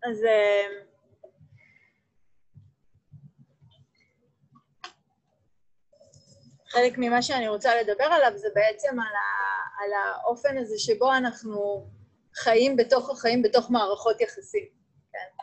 אז חלק ממה שאני רוצה לדבר עליו זה בעצם על האופן הזה שבו אנחנו חיים בתוך החיים, בתוך מערכות יחסים. כן?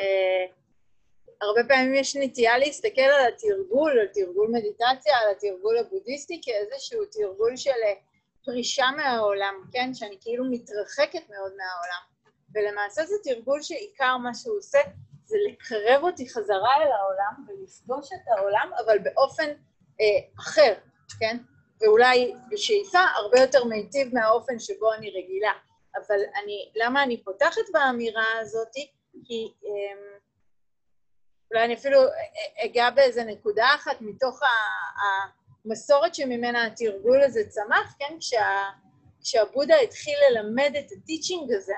הרבה פעמים יש נטייה להסתכל על התרגול, על תרגול מדיטציה, על התרגול הבודהיסטי, כאיזשהו תרגול של פרישה מהעולם, כן? שאני כאילו מתרחקת מאוד מהעולם. ולמעשה זה תרגול שעיקר מה שהוא עושה זה לקרב אותי חזרה אל העולם ולפגוש את העולם, אבל באופן אחר, כן? ואולי בשאיפה הרבה יותר מיטיב מהאופן שבו אני רגילה. אבל למה אני פותחת באמירה הזאת? כי אולי אני אפילו אגע באיזה נקודה אחת מתוך המסורת שממנה התרגול הזה צמח, כן? כשהבודה התחיל ללמד את הטיצ'ינג הזה,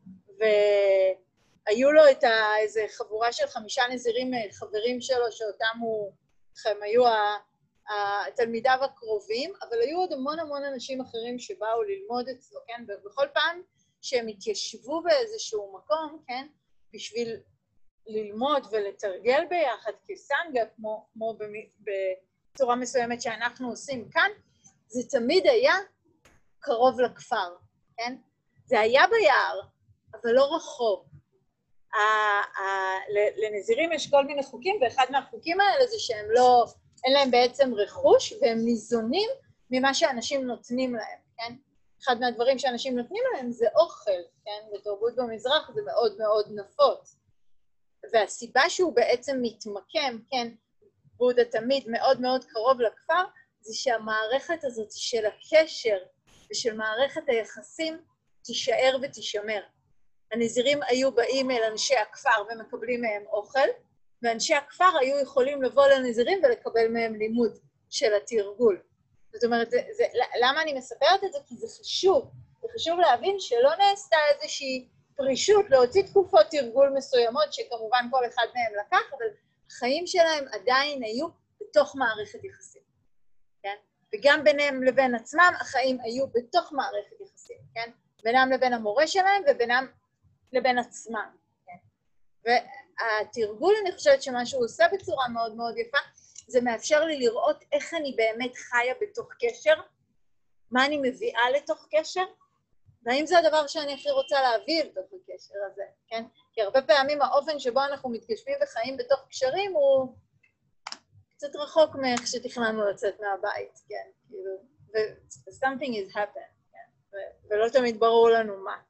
והיו לו איזה חבורה של 5 נזירים חברים שלו, הם היו התלמידיו הקרובים, אבל היו עוד המון אנשים אחרים שבאו ללמוד אצלו, כן? ובכל פעם שהם התיישבו באיזשהו מקום, כן? בשביל ללמוד ולתרגל ביחד כסנגה, כמו בצורה מסוימת שאנחנו עושים כאן, זה תמיד היה קרוב לכפר, כן? זה היה ביער, אבל לא רחוק. לנזירים יש כל מיני חוקים, ואחד מהחוקים האלה זה שהם אין להם בעצם רכוש, והם ניזונים ממה שאנשים נותנים להם, כן? אחד מהדברים שאנשים נותנים להם זה אוכל, כן? בתרבות במזרח זה מאוד מאוד נפוץ. והסיבה שהוא בעצם מתמקם, כן, בודה תמיד מאוד מאוד קרוב לכפר, זה שהמערכת הזאת של הקשר ושל מערכת היחסים תישאר ותישמר. הנזירים היו באים אל אנשי הכפר ומקבלים מהם אוכל, ואנשי הכפר היו יכולים לבוא לנזירים ולקבל מהם לימוד של התרגול. זאת אומרת, למה אני מספרת את זה? כי זה חשוב. זה חשוב להבין שלא נעשתה איזושהי פרישות להוציא תקופות תרגול מסוימות, שכמובן כל אחד מהם לקח, אבל החיים שלהם עדיין היו בתוך מערכת יחסים, כן? וגם ביניהם לבין עצמם, החיים היו בתוך מערכת יחסים, כן? בינם לבין המורה שלהם ובינם לבין עצמם, כן? והתרגול, אני חושבת שמה שהוא עושה בצורה מאוד מאוד יפה, זה מאפשר לי לראות איך אני באמת חיה בתוך קשר, מה אני מביאה לתוך קשר, והאם זה הדבר שאני הכי רוצה להביא לתוך הקשר הזה, כן? כי הרבה פעמים האופן שבו אנחנו מתגשמים וחיים בתוך קשרים הוא קצת רחוק מאיך שתכננו לצאת מהבית, כן? כאילו, something is happened, כן? ולא תמיד ברור לנו מה.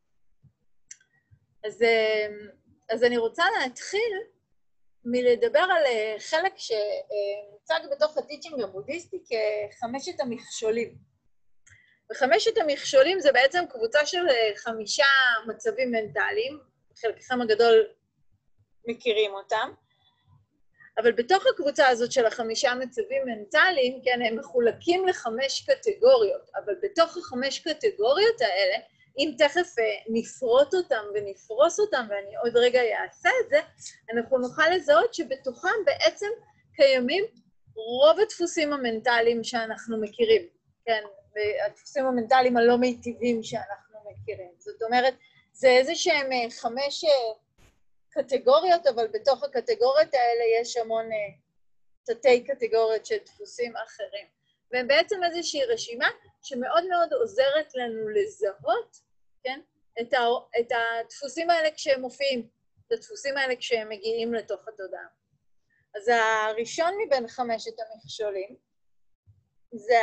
אז אני רוצה להתחיל מלדבר על חלק שמוצג בתוך הטיצ'ינג הבודהיסטי כ5 המכשולים. ו5 המכשולים זה בעצם קבוצה של 5 מצבים מנטליים, חלקכם הגדול מכירים אותם, אבל בתוך הקבוצה הזאת של 5 מצבים מנטליים, כן, הם מחולקים ל5 קטגוריות, אבל בתוך 5 קטגוריות האלה, אם תכף נפרוט אותם ונפרוס אותם, ואני עוד רגע אעשה את זה, אנחנו נוכל לזהות שבתוכם בעצם קיימים רוב הדפוסים המנטליים שאנחנו מכירים, כן, והדפוסים המנטליים הלא מיטיבים שאנחנו מכירים. זאת אומרת, זה איזה שהם 5 קטגוריות, אבל בתוך הקטגוריות האלה יש המון תתי קטגוריות של דפוסים אחרים. והם בעצם איזושהי רשימה שמאוד מאוד עוזרת לנו לזהות, כן, את הדפוסים האלה כשהם מופיעים, את הדפוסים האלה כשהם מגיעים לתוך התודעה. אז הראשון מבין 5 המכשולים זה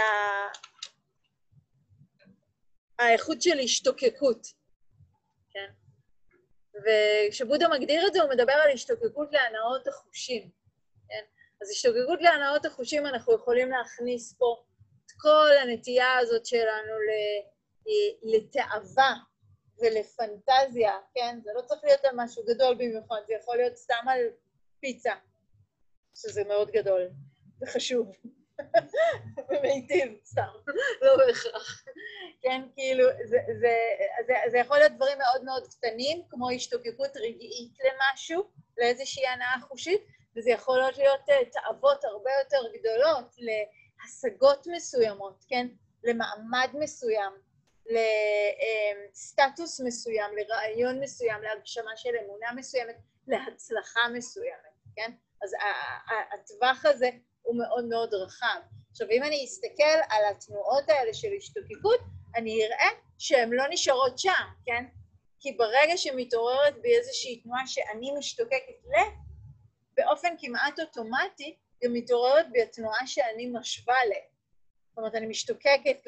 האיכות של השתוקקות, כן? וכשבודה מגדיר את זה, הוא מדבר על השתוקקות להנאות החושים, כן? אז השתוקקות להנאות החושים, אנחנו יכולים להכניס פה את כל הנטייה הזאת שלנו לתאווה ולפנטזיה, כן? זה לא צריך להיות על משהו גדול במיוחד, זה יכול להיות סתם על פיצה, שזה מאוד גדול וחשוב. ומיטיב, סתם, לא בהכרח. כן, כאילו, זה יכול להיות דברים מאוד מאוד קטנים, כמו השתוקקות רגעית למשהו, לאיזושהי הנאה חושית, וזה יכול להיות תאוות הרבה יותר גדולות, להשגות מסוימות, כן? למעמד מסוים, לסטטוס מסוים, לרעיון מסוים, להגשמה של אמונה מסוימת, להצלחה מסוימת, כן? אז הטווח הזה הוא מאוד מאוד רחב. עכשיו, אם אני אסתכל על התנועות האלה של השתוקקות, אני אראה שהן לא נשארות שם, כן? כי ברגע שמתעוררת בי איזושהי תנועה שאני משתוקקת באופן כמעט אוטומטי, גם מתעוררת בי התנועה שאני משווה זאת אומרת, אני משתוקקת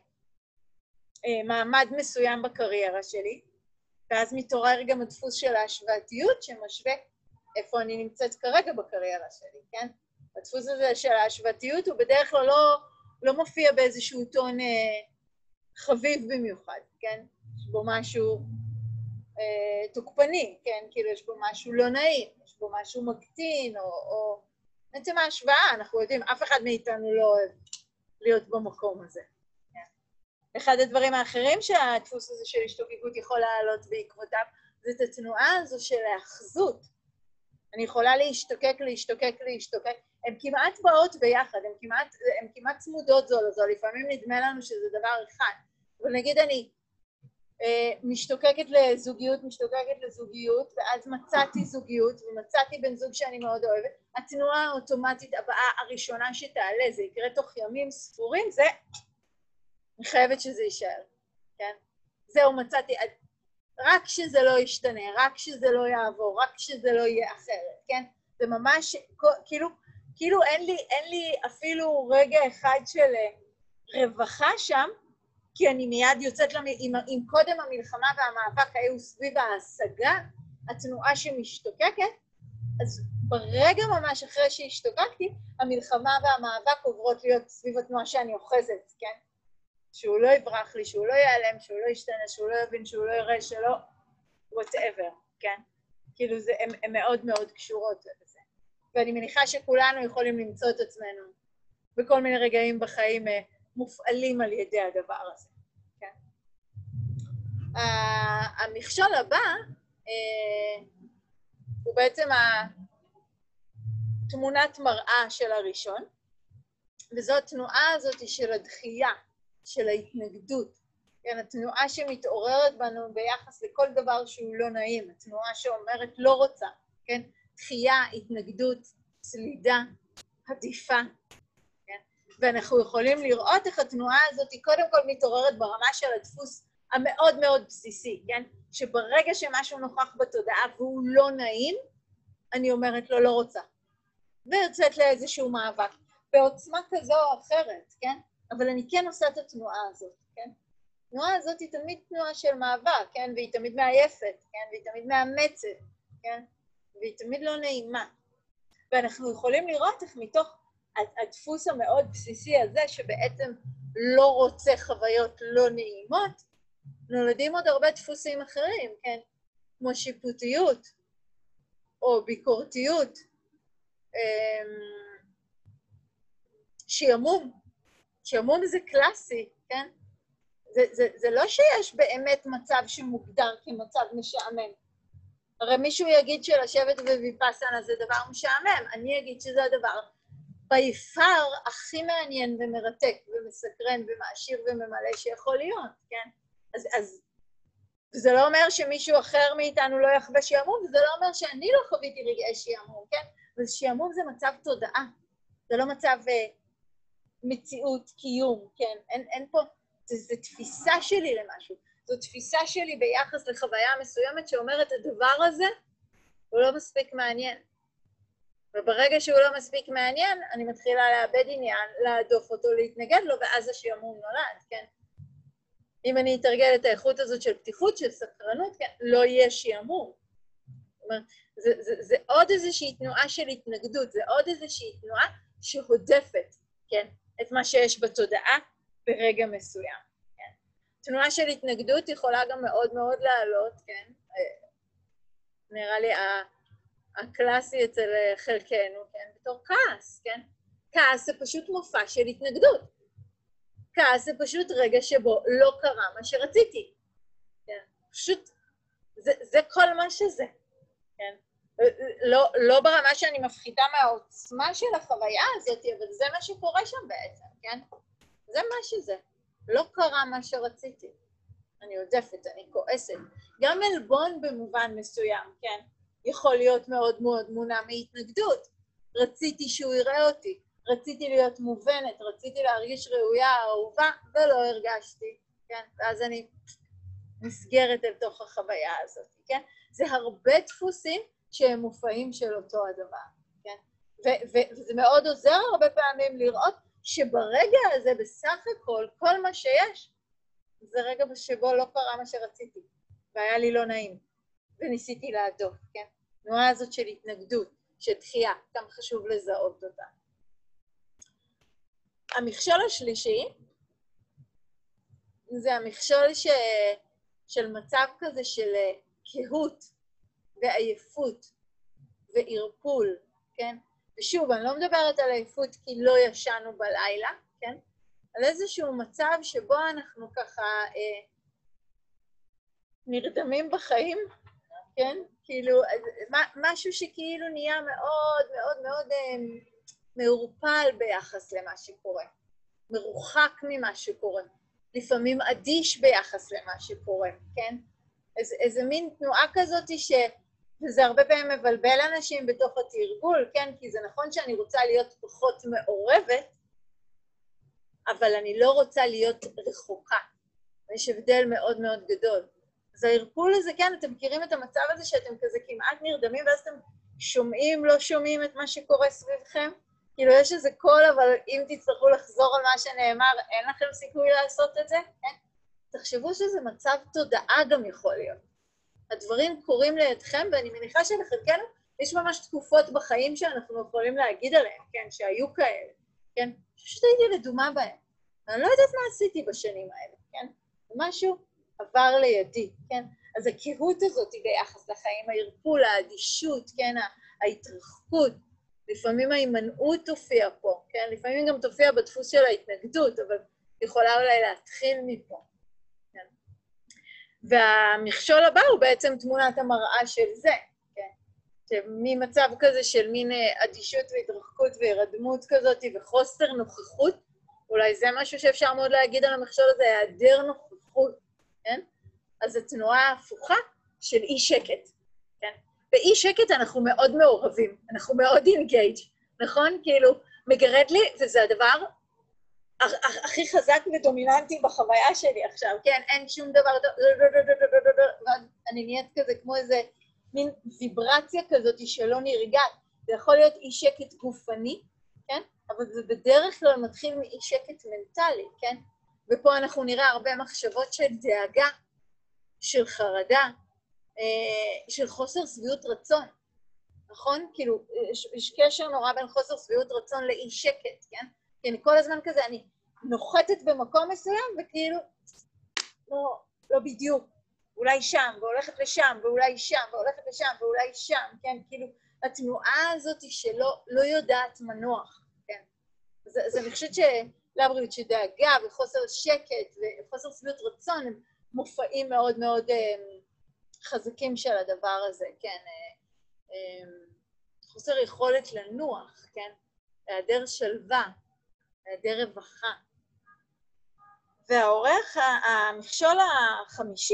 למעמד מסוים בקריירה שלי, ואז מתעורר גם הדפוס של ההשוואתיות שמשווה איפה אני נמצאת כרגע בקריירה שלי, כן? הדפוס הזה של ההשוואתיות הוא בדרך כלל לא מופיע באיזשהו טון חביב במיוחד, כן? יש בו משהו תוקפני, כן? כאילו יש בו משהו לא נעים, יש בו משהו מקטין, או בעצם ההשוואה, אנחנו יודעים, אף אחד מאיתנו לא אוהב להיות במקום הזה. אחד הדברים האחרים שהדפוס הזה של השתוקקות יכול לעלות בעקבותיו, זה את התנועה הזו של האחזות. אני יכולה להשתוקק, הן כמעט באות ביחד, הן כמעט צמודות זו לזו, לפעמים נדמה לנו שזה דבר אחד. אבל נגיד אני משתוקקת לזוגיות, ואז מצאתי זוגיות, ומצאתי בן זוג שאני מאוד אוהבת, התנועה האוטומטית הבאה הראשונה שתעלה, זה יקרה תוך ימים ספורים, זה אני חייבת שזה יישאר, כן? זהו, מצאתי, רק שזה לא ישתנה, רק שזה לא יעבור, רק שזה לא יהיה אחרת, כן? זה ממש, כאילו אין לי אפילו רגע אחד של רווחה שם, כי אני מיד יוצאת אם קודם המלחמה והמאבק היו סביב ההשגה, התנועה שמשתוקקת, אז ברגע ממש אחרי שהשתוקקתי, המלחמה והמאבק עוברות להיות סביב התנועה שאני אוחזת, כן? שהוא לא יברח לי, שהוא לא ייעלם, שהוא לא ישתנה, שהוא לא יבין, שהוא לא יראה, שלא, whatever, כן? כאילו הן מאוד מאוד קשורות לזה. ואני מניחה שכולנו יכולים למצוא את עצמנו בכל מיני רגעים בחיים מופעלים על ידי הדבר הזה, כן? המכשול הבא הוא בעצם תמונת מראה של הראשון, וזו התנועה הזאת של הדחייה, של ההתנגדות, כן, התנועה שמתעוררת בנו ביחס לכל דבר שהוא לא נעים, התנועה שאומרת לא רוצה, כן, דחייה, התנגדות, סלידה, עדיפה, כן, ואנחנו יכולים לראות איך התנועה הזאת היא קודם כל מתעוררת ברמה של הדפוס המאוד מאוד בסיסי, כן, שברגע שמשהו נוכח בתודעה והוא לא נעים, אני אומרת לו לא רוצה, ויוצאת לאיזשהו מאבק, בעוצמה כזו או אחרת, כן, אבל אני כן עושה את התנועה הזאת, כן? התנועה הזאת היא תמיד תנועה של מאבק, כן? והיא תמיד מעייפת, כן? והיא תמיד מאמצת, כן? והיא תמיד לא נעימה. ואנחנו יכולים לראות איך מתוך הדפוס המאוד בסיסי הזה, שבעצם לא רוצה חוויות לא נעימות, נולדים עוד הרבה דפוסים אחרים, כן? כמו שיפוטיות, או ביקורתיות, שימום. שימום זה קלאסי, כן? זה לא שיש באמת מצב שמוגדר כמצב משעמם. הרי מישהו יגיד שלשבת בוויפאסנה זה דבר משעמם, אני אגיד שזה הדבר ביפר הכי מעניין ומרתק ומסקרן ומעשיר וממלא שיכול להיות, כן? אז זה לא אומר שמישהו אחר מאיתנו לא יחווה שיעמום, וזה לא אומר שאני לא חוויתי רגעי שיעמום, כן? אבל שיעמום זה מצב תודעה, זה לא מצב מציאות, קיום, כן? אין פה, זה תפיסה שלי למשהו, זו תפיסה שלי ביחס לחוויה מסוימת שאומרת הדבר הזה הוא לא מספיק מעניין. וברגע שהוא לא מספיק מעניין, אני מתחילה לאבד עניין, להדוף אותו, להתנגד לו, ואז השיעמום נולד, כן? אם אני אתרגל את האיכות הזאת של פתיחות, של סקרנות, כן? לא יהיה שיעמום. זאת אומרת, זה עוד איזושהי תנועה של התנגדות, זה עוד איזושהי תנועה שהודפת, כן? את מה שיש בתודעה ברגע מסוים, כן? תנועה של התנגדות יכולה גם מאוד מאוד לעלות, כן? נראה לי הקלאסי אצל חלקנו, כן? בתור כעס, כן? כעס זה פשוט מופע של התנגדות. כעס זה פשוט רגע שבו לא קרה מה שרציתי, כן? פשוט, זה כל מה שזה, כן? לא ברמה שאני מפחיתה מהעוצמה של החוויה הזאת, אבל זה מה שקורה שם בעצם, כן? זה מה שזה. לא קרה מה שרציתי. אני עודפת, אני כועסת. גם עלבון במובן מסוים, כן? יכול להיות מאוד מאוד מונע מהתנגדות. רציתי שהוא יראה אותי, רציתי להיות מובנת, רציתי להרגיש ראויה, אהובה, ולא הרגשתי, כן? ואז אני נסגרת אל תוך החוויה הזאת, כן? זה הרבה דפוסים שהם מופעים של אותו הדבר, כן? וזה מאוד עוזר הרבה פעמים לראות שברגע הזה בסך הכל, כל מה שיש, זה רגע שבו לא קרה מה שרציתי, והיה לי לא נעים, וניסיתי להדוף, כן? תנועה הזאת של התנגדות, של דחייה, גם חשוב לזהות אותה. המכשול השלישי, זה המכשול של מצב כזה של קהות ועייפות וערפול, כן? ושוב, אני לא מדברת על עייפות כי לא ישנו בלילה, כן? על איזשהו מצב שבו אנחנו ככה נרדמים בחיים, כן? כאילו, משהו שכאילו נהיה מאוד מאוד מאוד מעורפל ביחס למה שקורה, מרוחק ממה שקורה, לפעמים אדיש ביחס למה שקורה, כן? איזה מין תנועה כזאת וזה הרבה פעמים מבלבל אנשים בתוך התרגול, כן? כי זה נכון שאני רוצה להיות פחות מעורבת, אבל אני לא רוצה להיות רחוקה. יש הבדל מאוד מאוד גדול. אז הערפול הזה, כן, אתם מכירים את המצב הזה שאתם כזה כמעט נרדמים, ואז אתם שומעים, לא שומעים את מה שקורה סביבכם? כאילו יש איזה קול, אבל אם תצטרכו לחזור על מה שנאמר, אין לכם סיכוי לעשות את זה? כן? תחשבו שזה מצב תודעה גם יכול להיות. הדברים קורים לידכם, ואני מניחה שלחלקנו יש ממש תקופות בחיים שאנחנו יכולים להגיד עליהם, כן, שהיו כאלה, כן? פשוט הייתי לדומה בהם. אני לא יודעת מה עשיתי בשנים האלה, כן? משהו עבר לידי, כן? אז הקהות הזאת היא ביחס לחיים, הערפול, האדישות, כן? ההתרחקות, לפעמים ההימנעות תופיע פה, כן? לפעמים גם תופיע בדפוס של ההתנגדות, אבל יכולה אולי להתחיל מפה. והמכשול הבא הוא בעצם תמונת המראה של זה, כן? שממצב כזה של מין אדישות והתרחקות והירדמות כזאת וחוסר נוכחות, אולי זה משהו שאפשר מאוד להגיד על המכשול הזה, היעדר נוכחות, כן? אז התנועה ההפוכה של אי שקט, כן? באי שקט אנחנו מאוד מעורבים, אנחנו מאוד אינגייג', נכון? כאילו, מגרד לי, וזה הדבר הכי חזק ודומיננטי בחוויה שלי עכשיו, כן? אין שום דבר, אני נהיית כזה כמו איזה מין ויברציה כזאת שלא נרגעת. זה יכול להיות אי שקט גופני, כן? אבל זה בדרך כלל מתחיל מאי שקט מנטלי, כן? ופה אנחנו נראה הרבה מחשבות של דאגה, של חרדה, של חוסר שביעות רצון, נכון? כאילו, יש קשר נורא בין חוסר שביעות רצון לאי שקט, כן? כי אני כל הזמן כזה, אני נוחתת במקום מסוים, וכאילו, לא בדיוק, אולי שם, והולכת לשם, ואולי שם, והולכת לשם, ואולי שם, כן? כאילו, התנועה הזאת שלא יודעת מנוח, כן? אז אני חושבת שלבריאות שדאגה וחוסר שקט וחוסר שביעות רצון הם מופעים מאוד מאוד חזקים של הדבר הזה, כן? חוסר יכולת לנוח, כן? היעדר שלווה, היעדר רווחה. והאורח, המכשול החמישי,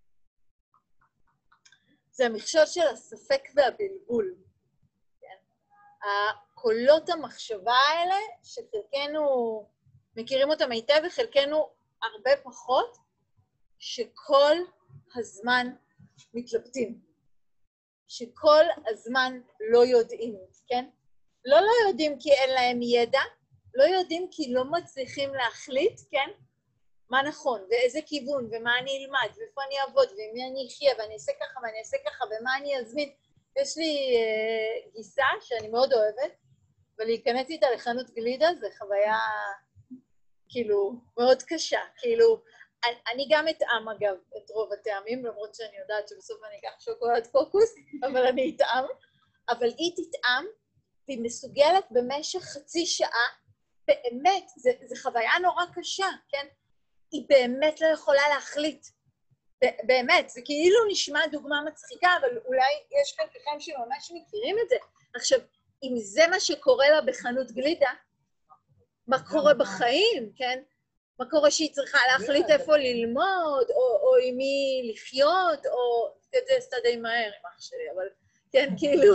זה המכשול של הספק והבלבול. כן? הקולות המחשבה האלה, שחלקנו מכירים אותם היטב וחלקנו הרבה פחות, שכל הזמן מתלבטים. שכל הזמן לא יודעים, כן? לא יודעים כי אין להם ידע, לא יודעים כי לא מצליחים להחליט, כן? מה נכון, ואיזה כיוון, ומה אני אלמד, ואיפה אני אעבוד, ומי אני אחיה, ואני אעשה ככה, ואני אעשה ככה, ומה אני אזמין. יש לי גיסה שאני מאוד אוהבת, ולהיכנס איתה לחנות גלידה זה חוויה, כאילו, מאוד קשה. כאילו, אני גם אטעם, אגב, את רוב הטעמים, למרות שאני יודעת שבסוף אני אקח שוקולד קוקוס, אבל אני אטעם. אבל היא תטעם, והיא מסוגלת במשך חצי שעה, באמת, זה חוויה נורא קשה, כן? היא באמת לא יכולה להחליט. באמת, זה כאילו נשמע דוגמה מצחיקה, אבל אולי יש חלקכם שממש מכירים את זה. עכשיו, אם זה מה שקורה לה בחנות גלידה, מה קורה בחיים, כן? מה קורה שהיא צריכה להחליט איפה ללמוד, או עם מי לחיות, או כזה עשתה די מהר עם אח שלי, אבל כן,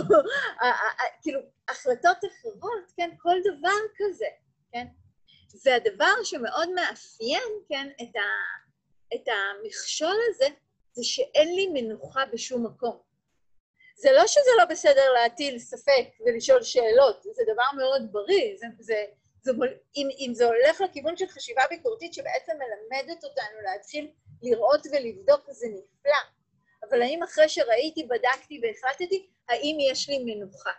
כאילו, החלטות אחרות, כן, כל דבר כזה, כן? והדבר שמאוד מאפיין, כן, את המכשול הזה, זה שאין לי מנוחה בשום מקום. זה לא שזה לא בסדר להטיל ספק ולשאול שאלות, זה דבר מאוד בריא, אם זה הולך לכיוון של חשיבה ביקורתית שבעצם מלמדת אותנו להתחיל לראות ולבדוק, זה נפלא. אבל האם אחרי שראיתי, בדקתי והחלטתי, האם יש לי מנוחה?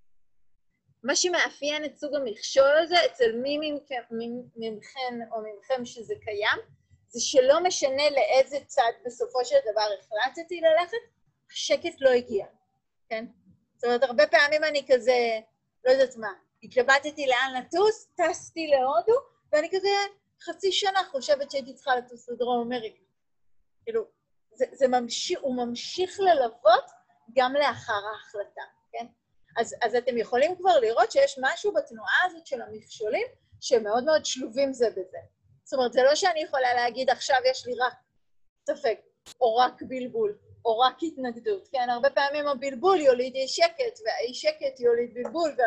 מה שמאפיין את סוג המכשול הזה, אצל מי ממכן או ממכם שזה קיים, זה שלא משנה לאיזה צד בסופו של דבר החלטתי ללכת, השקט לא הגיע, כן? זאת אומרת, הרבה פעמים אני כזה, לא יודעת מה, התלבטתי לאן לטוס, טסתי להודו, ואני כזה חצי שנה חושבת שהייתי צריכה לטוס לדרום אמריקה. כאילו, הוא ממשיך ללוות גם לאחר ההחלטה, כן? אז אתם יכולים כבר לראות שיש משהו בתנועה הזאת של המכשולים שמאוד מאוד שלובים זה בזה. זאת אומרת, זה לא שאני יכולה להגיד עכשיו יש לי רק ספק, או רק בלבול, או רק התנגדות, כן? הרבה פעמים הבלבול יוליד אי שקט, והאי שקט יוליד בלבול,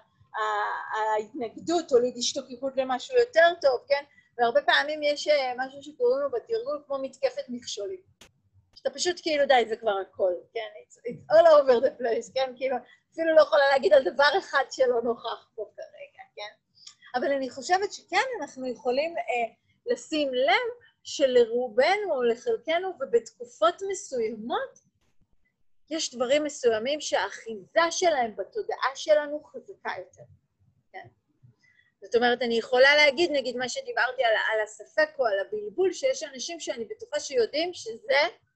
וההתנגדות תוליד השתוקקות למשהו יותר טוב, כן? והרבה פעמים יש משהו שקוראים לו בתרגול כמו מתקפת מכשולים. שאתה פשוט כאילו די, זה כבר הכל, כן? It's all over the place, כן? כאילו, אפילו לא יכולה להגיד על דבר אחד שלא נוכח פה כרגע, כן? אבל אני חושבת שכן, אנחנו יכולים לשים לב שלרובנו או לחלקנו ובתקופות מסוימות, יש דברים מסוימים שהאחיזה שלהם בתודעה שלנו חזקה יותר, כן? זאת אומרת, אני יכולה להגיד, נגיד מה שדיברתי על הספק או על הבלבול, שיש אנשים שאני בטוחה שיודעים שזה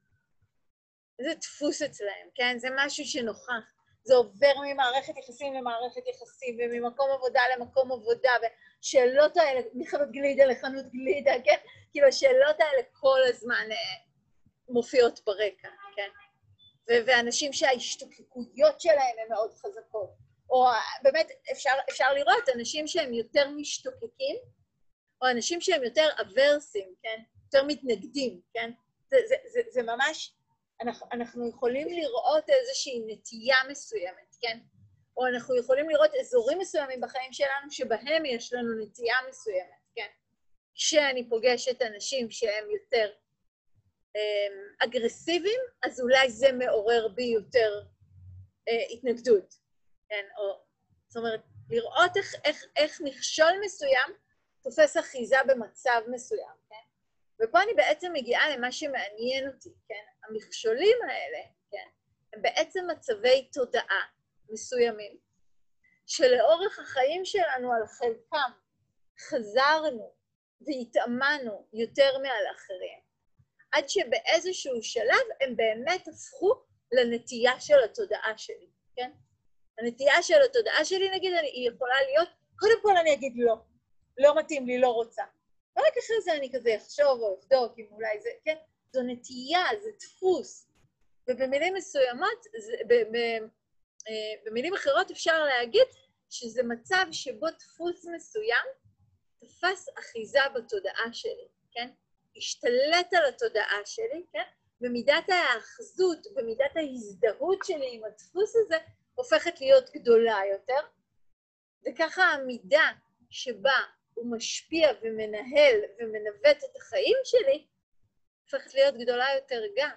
דפוס אצלהם, כן? זה משהו שנוכח. זה עובר ממערכת יחסים למערכת יחסים, וממקום עבודה למקום עבודה, ושאלות האלה, מחנות גלידה לחנות גלידה, כן? כאילו, השאלות האלה כל הזמן מופיעות ברקע, כן? ואנשים שההשתוקקויות שלהם הן מאוד חזקות. או באמת, אפשר לראות אנשים שהם יותר משתוקקים, או אנשים שהם יותר אברסים, כן? יותר מתנגדים, כן? זה ממש, אנחנו יכולים לראות איזושהי נטייה מסוימת, כן? או אנחנו יכולים לראות אזורים מסוימים בחיים שלנו שבהם יש לנו נטייה מסוימת, כן? כשאני פוגשת אנשים שהם יותר אגרסיביים, אז אולי זה מעורר בי יותר התנגדות, כן? או, זאת אומרת, לראות איך מכשול מסוים תופס אחיזה במצב מסוים, כן? ופה אני בעצם מגיעה למה שמעניין אותי, כן? המכשולים האלה, כן? הם בעצם מצבי תודעה מסוימים, שלאורך החיים שלנו על חלקם חזרנו והתאמנו יותר מעל אחרים, עד שבאיזשהו שלב הם באמת הפכו לנטייה של התודעה שלי, כן? הנטייה של התודעה שלי, נגיד, היא יכולה להיות, קודם כל אני אגיד לא, לא מתאים לי, לא רוצה. ורק אחרי זה אני כזה אחשוב או אבדוק אם אולי זה, כן? זו נטייה, זה דפוס. ובמילים מסוימות, במילים אחרות אפשר להגיד שזה מצב שבו דפוס מסוים תפס אחיזה בתודעה שלי, כן? השתלט על התודעה שלי, כן? במידת האחזות, במידת ההזדהות שלי עם הדפוס הזה, הופכת להיות גדולה יותר, וככה המידה שבה הוא משפיע ומנהל ומנווט את החיים שלי, הופכת להיות גדולה יותר גם.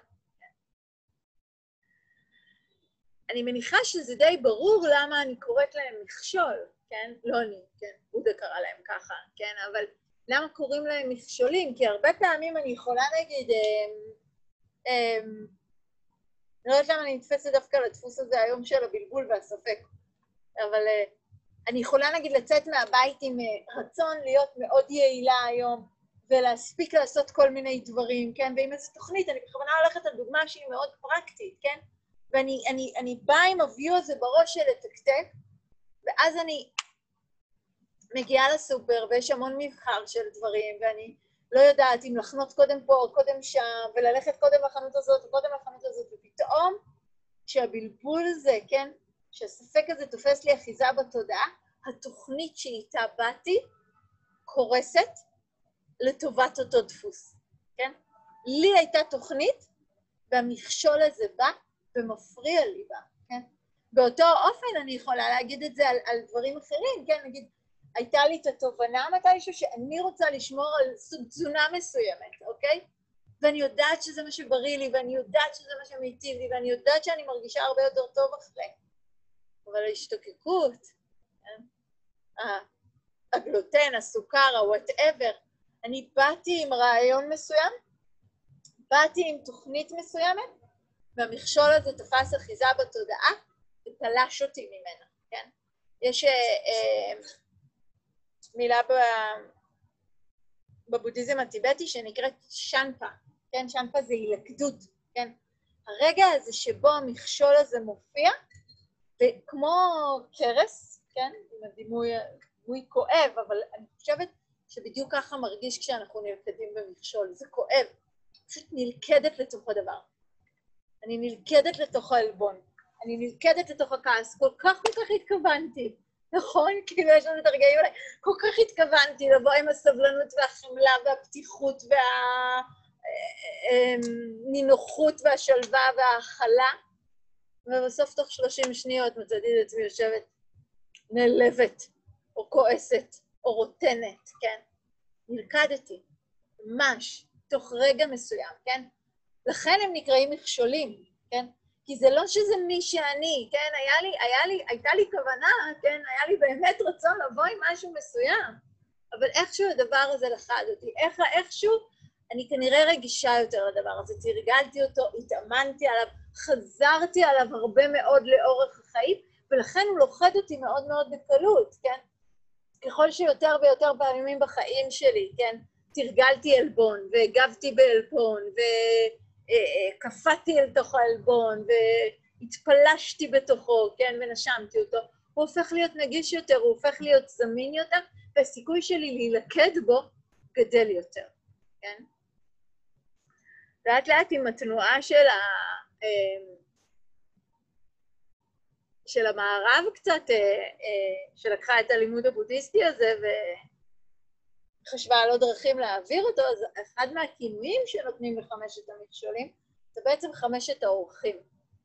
אני מניחה שזה די ברור למה אני קוראת להם מכשול, כן? לא אני, כן? עודה קרא להם ככה, כן? אבל למה קוראים להם מכשולים? כי הרבה פעמים אני יכולה להגיד, לא יודעת למה אני נתפסת דווקא לדפוס הזה היום של הבלבול והספק, אבל אני יכולה נגיד לצאת מהבית עם רצון להיות מאוד יעילה היום, ולהספיק לעשות כל מיני דברים, כן? ועם איזו תוכנית, אני בכוונה הולכת על דוגמה שהיא מאוד פרקטית, כן? ואני באה עם הוויו הזה בראש של לתקתק, ואז אני מגיעה לסופר, ויש המון מבחר של דברים, ואני לא יודעת אם לחנות קודם פה או קודם שם, וללכת קודם לחנות הזאת וקודם לחנות הזאת, ופתאום שהבלבול הזה, כן? שהספק הזה תופס לי אחיזה בתודעה, התוכנית שאיתה באתי קורסת, לטובת אותו דפוס, כן? לי הייתה תוכנית, והמכשול הזה בא ומפריע לי בה, כן? באותו אופן אני יכולה להגיד את זה על דברים אחרים, כן? נגיד, הייתה לי את התובנה מתישהו שאני רוצה לשמור על סוג תזונה מסוימת, אוקיי? ואני יודעת שזה מה שבריא לי, ואני יודעת שזה מה שמיטיב לי, ואני יודעת שאני מרגישה הרבה יותר טוב אחרי. אבל ההשתוקקות, הגלוטן, הסוכר, ה-whatever, אני באתי עם רעיון מסוים, באתי עם תוכנית מסוימת, והמכשול הזה תפס אחיזה בתודעה, ותלש אותי ממנה, כן? יש מילה בבודהיזם הטיבטי שנקראת שנפה, כן? שנפה זה הילכדות, כן? הרגע הזה שבו המכשול הזה מופיע, וכמו קרס, כן? עם הדימוי כואב, אבל אני חושבת שבדיוק ככה מרגיש כשאנחנו נלכדים במכשול, זה כואב, פשוט נלכדת לתוך הדבר. אני נלכדת לתוך העלבון, אני נלכדת לתוך הכעס, כל כך התכוונתי, נכון? כאילו יש לנו את הרגעים האלה, כל כך התכוונתי לבוא עם הסבלנות והחמלה והפתיחות והנינוחות והשלווה וההכלה, ובסוף תוך 30 שניות מצאתי את עצמי יושבת נעלבת, או כועסת, או רוטנת, כן? נלכדתי, ממש, תוך רגע מסוים, כן? לכן הם נקראים מכשולים, כן? כי זה לא שזה מי שאני, כן? הייתה לי כוונה, כן? היה לי באמת רצון לבוא עם משהו מסוים, אבל איכשהו הדבר הזה לחד אותי, איכשהו אני כנראה רגישה יותר לדבר הזה, תרגלתי אותו, התאמנתי עליו, חזרתי עליו הרבה מאוד לאורך החיים, ולכן הוא לוחד אותי מאוד מאוד בקלות, כן? ככל שיותר ויותר פעמים בחיים שלי, כן? תרגלתי עלבון, והגבתי בעלבון, וקפאתי אל תוך העלבון, והתפלשתי בתוכו, כן? ונשמתי אותו. הוא הופך להיות נגיש יותר, הוא הופך להיות זמין יותר, והסיכוי שלי להילכד בו גדל יותר, כן? לאט לאט עם התנועה של המערב קצת, שלקחה את הלימוד הבודהיסטי הזה וחשבה על עוד דרכים להעביר אותו, אז אחד מהכינויים שנותנים לחמשת המכשולים זה בעצם חמשת האורחים.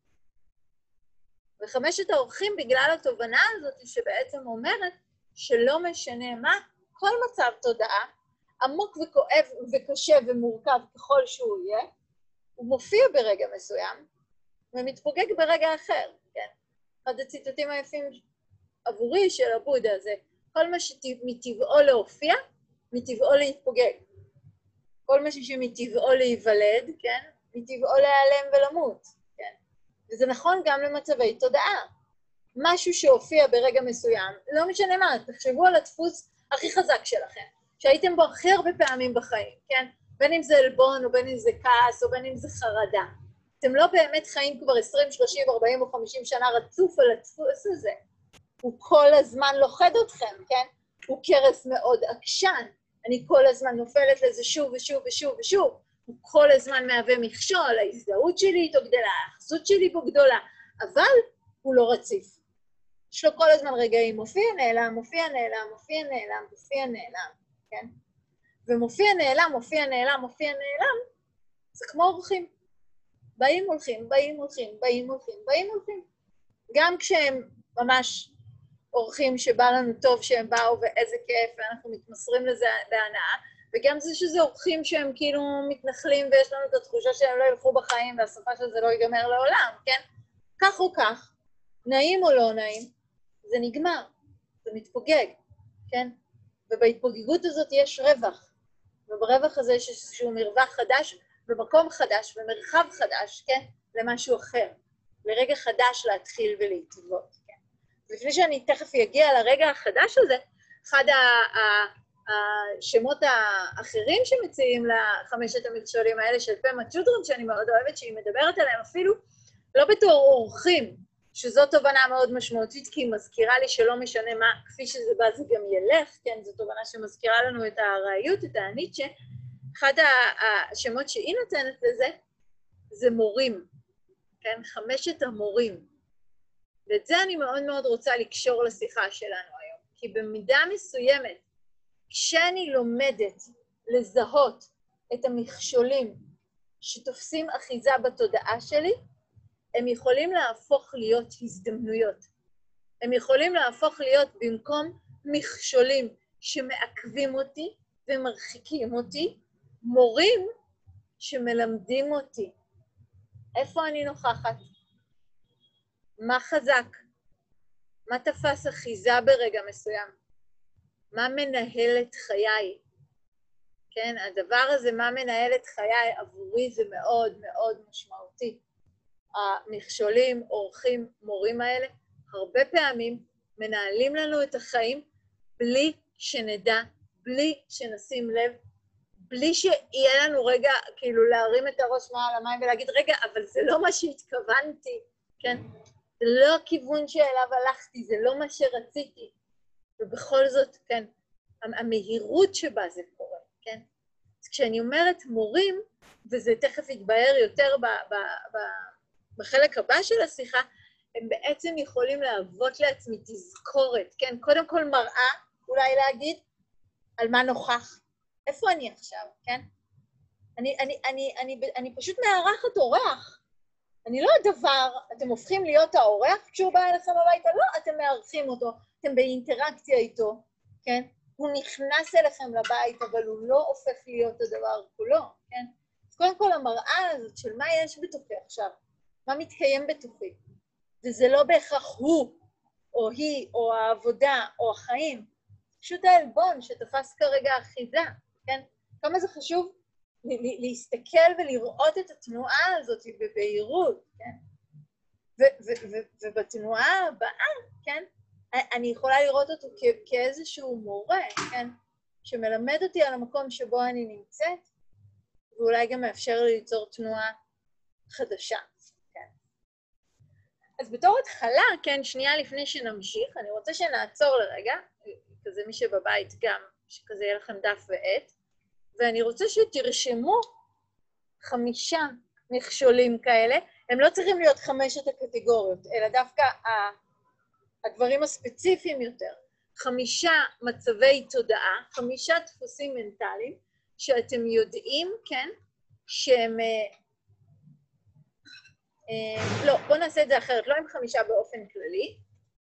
וחמשת האורחים בגלל התובנה הזאת שבעצם אומרת שלא משנה מה, כל מצב תודעה, עמוק וכואב וקשה ומורכב ככל שהוא יהיה, הוא מופיע ברגע מסוים ומתפוגג ברגע אחר, כן? אחד הציטוטים היפים עבורי של הבודה זה, כל מה שמטבעו להופיע, מטבעו להתפוגג. כל מה שמטבעו להיוולד, כן? מטבעו להיעלם ולמות, כן? וזה נכון גם למצבי תודעה. משהו שהופיע ברגע מסוים, לא משנה מה, תחשבו על הדפוס הכי חזק שלכם, שהייתם בו הכי הרבה פעמים בחיים, כן? בין אם זה עלבון, או בין אם זה כעס, או בין אם זה חרדה. אתם לא באמת חיים כבר 20, 30, 40 או 50 שנה רצוף על הדפוס הזה. הוא כל הזמן לוחד אתכם, כן? הוא קרס מאוד עקשן. אני כל הזמן נופלת לזה שוב ושוב ושוב ושוב. הוא כל הזמן מהווה מכשול, ההזדהות שלי איתו גדלה, האחזות שלי בו גדולה, אבל הוא לא רציף. יש לו כל הזמן רגעים, מופיע נעלם, מופיע נעלם, מופיע נעלם, מופיע נעלם, כן? ומופיע נעלם, מופיע נעלם, מופיע נעלם, זה כמו אורחים. באים הולכים, באים הולכים, באים הולכים, באים הולכים. גם כשהם ממש אורחים שבא לנו טוב שהם באו ואיזה כיף, ואנחנו מתמסרים לזה בהנאה, וגם זה שזה אורחים שהם כאילו מתנחלים ויש לנו את התחושה שהם לא ילכו בחיים והשפה של זה לא ייגמר לעולם, כן? כך או כך, נעים או לא נעים, זה נגמר, זה מתפוגג, כן? ובהתפוגגות הזאת יש רווח, וברווח הזה יש איזשהו מרווח חדש, במקום חדש, במרחב חדש, כן? למשהו אחר, לרגע חדש להתחיל ולהתוות, כן? לפני שאני תכף אגיע לרגע החדש הזה, אחד השמות האחרים שמציעים לחמשת המכשולים האלה של פמה צ'ודרון, שאני מאוד אוהבת, שהיא מדברת עליהם אפילו לא בתור אורחים, שזו תובנה מאוד משמעותית, כי היא מזכירה לי שלא משנה מה, כפי שזה בא זה גם ילך, כן? זו תובנה שמזכירה לנו את הראיות, את הניטשה. אחד השמות שהיא נותנת לזה, זה מורים, כן? חמשת המורים. ואת זה אני מאוד מאוד רוצה לקשור לשיחה שלנו היום, כי במידה מסוימת, כשאני לומדת לזהות את המכשולים שתופסים אחיזה בתודעה שלי, הם יכולים להפוך להיות הזדמנויות. הם יכולים להפוך להיות במקום מכשולים שמעכבים אותי ומרחיקים אותי, מורים שמלמדים אותי. איפה אני נוכחת? מה חזק? מה תפס אחיזה ברגע מסוים? מה מנהל את חיי? כן, הדבר הזה, מה מנהל את חיי, עבורי זה מאוד מאוד משמעותי. המכשולים, אורחים, מורים האלה, הרבה פעמים מנהלים לנו את החיים בלי שנדע, בלי שנשים לב, בלי שיהיה לנו רגע כאילו להרים את הראש מעל המים ולהגיד, רגע, אבל זה לא מה שהתכוונתי, כן? זה לא הכיוון שאליו הלכתי, זה לא מה שרציתי. ובכל זאת, כן, המהירות שבה זה קורה, כן? אז כשאני אומרת מורים, וזה תכף יתבהר יותר בחלק הבא של השיחה, הם בעצם יכולים להוות לעצמי תזכורת, כן? קודם כל מראה, אולי להגיד, על מה נוכח, איפה אני עכשיו, כן? אני פשוט מארחת אורח. אני לא הדבר, אתם הופכים להיות האורח כשהוא בא אליכם הביתה, לא, אתם מארחים אותו, אתם באינטראקציה איתו, כן? הוא נכנס אליכם לבית, אבל הוא לא הופך להיות הדבר כולו, כן? אז קודם כל המראה הזאת של מה יש בתוכי עכשיו, מה מתקיים בתוכי, וזה לא בהכרח הוא, או היא, או העבודה, או החיים, פשוט העלבון שתפס כרגע אחיזה, כן? כמה זה חשוב להסתכל ולראות את התנועה הזאת בבהירות, כן? ובתנועה הבאה, כן? אני יכולה לראות אותו כאיזשהו מורה, כן? שמלמד אותי על המקום שבו אני נמצאת, ואולי גם מאפשר לי ליצור תנועה חדשה, כן? אז בתור התחלה, כן, שנייה לפני שנמשיך, אני רוצה שנעצור לרגע, כזה מי שבבית גם, שכזה יהיה לכם דף ועט, ואני רוצה שתרשמו 5 מכשולים כאלה, הם לא צריכים להיות 5 הקטגוריות, אלא דווקא הדברים הספציפיים יותר. 5 מצבי תודעה, 5 דפוסים מנטליים, שאתם יודעים, כן, שהם... לא, בואו נעשה את זה אחרת, לא עם 5 באופן כללי.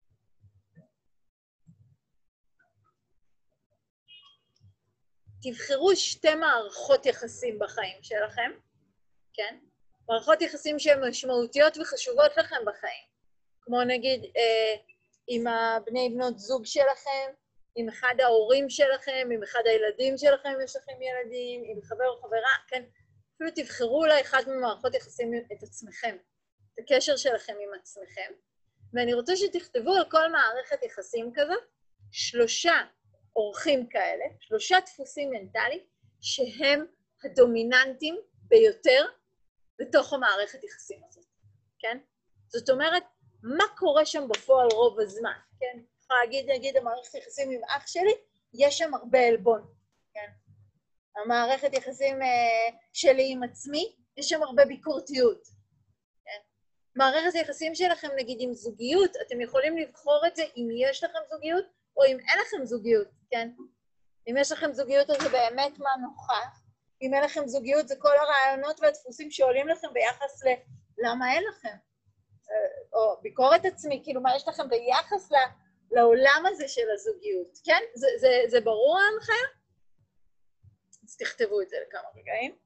תבחרו 2 מערכות יחסים בחיים שלכם, כן? מערכות יחסים שהן משמעותיות וחשובות לכם בחיים. כמו נגיד עם הבני בנות זוג שלכם, עם אחד ההורים שלכם, עם אחד הילדים שלכם, יש לכם ילדים, עם חבר או חברה, כן? אפילו תבחרו אולי אחד ממערכות יחסים את עצמכם, את הקשר שלכם עם עצמכם. ואני רוצה שתכתבו על כל מערכת יחסים כזאת 3 אורחים כאלה, 3 דפוסים מנטליים, שהם הדומיננטיים ביותר בתוך המערכת יחסים הזאת, כן? זאת אומרת, מה קורה שם בפועל רוב הזמן, כן? יכולה להגיד, נגיד, המערכת יחסים עם אח שלי, יש שם הרבה עלבון, כן? המערכת יחסים שלי עם עצמי, יש שם הרבה ביקורתיות, כן? מערכת היחסים שלכם, נגיד, עם זוגיות, אתם יכולים לבחור את זה אם יש לכם זוגיות, או אם אין לכם זוגיות, כן? אם יש לכם זוגיות, אז זה באמת מה נוכח. אם אין לכם זוגיות, זה כל הרעיונות והדפוסים שעולים לכם ביחס למה אין לכם. או ביקורת עצמי, כאילו מה יש לכם ביחס לעולם הזה של הזוגיות, כן? זה ברור ההנחיה? אז תכתבו את זה לכמה רגעים.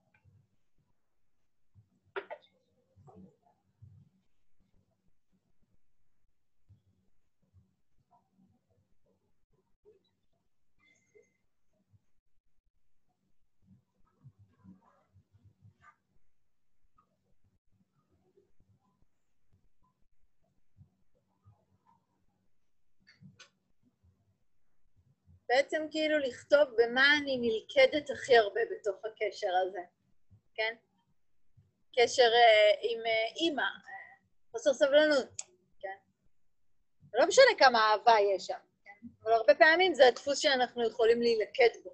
בעצם כאילו לכתוב במה אני נלכדת הכי הרבה בתוך הקשר הזה, כן? קשר עם אימא, חוסר סבלנות, כן? לא משנה כמה אהבה יש שם, כן? אבל הרבה פעמים זה הדפוס שאנחנו יכולים להילכד בו.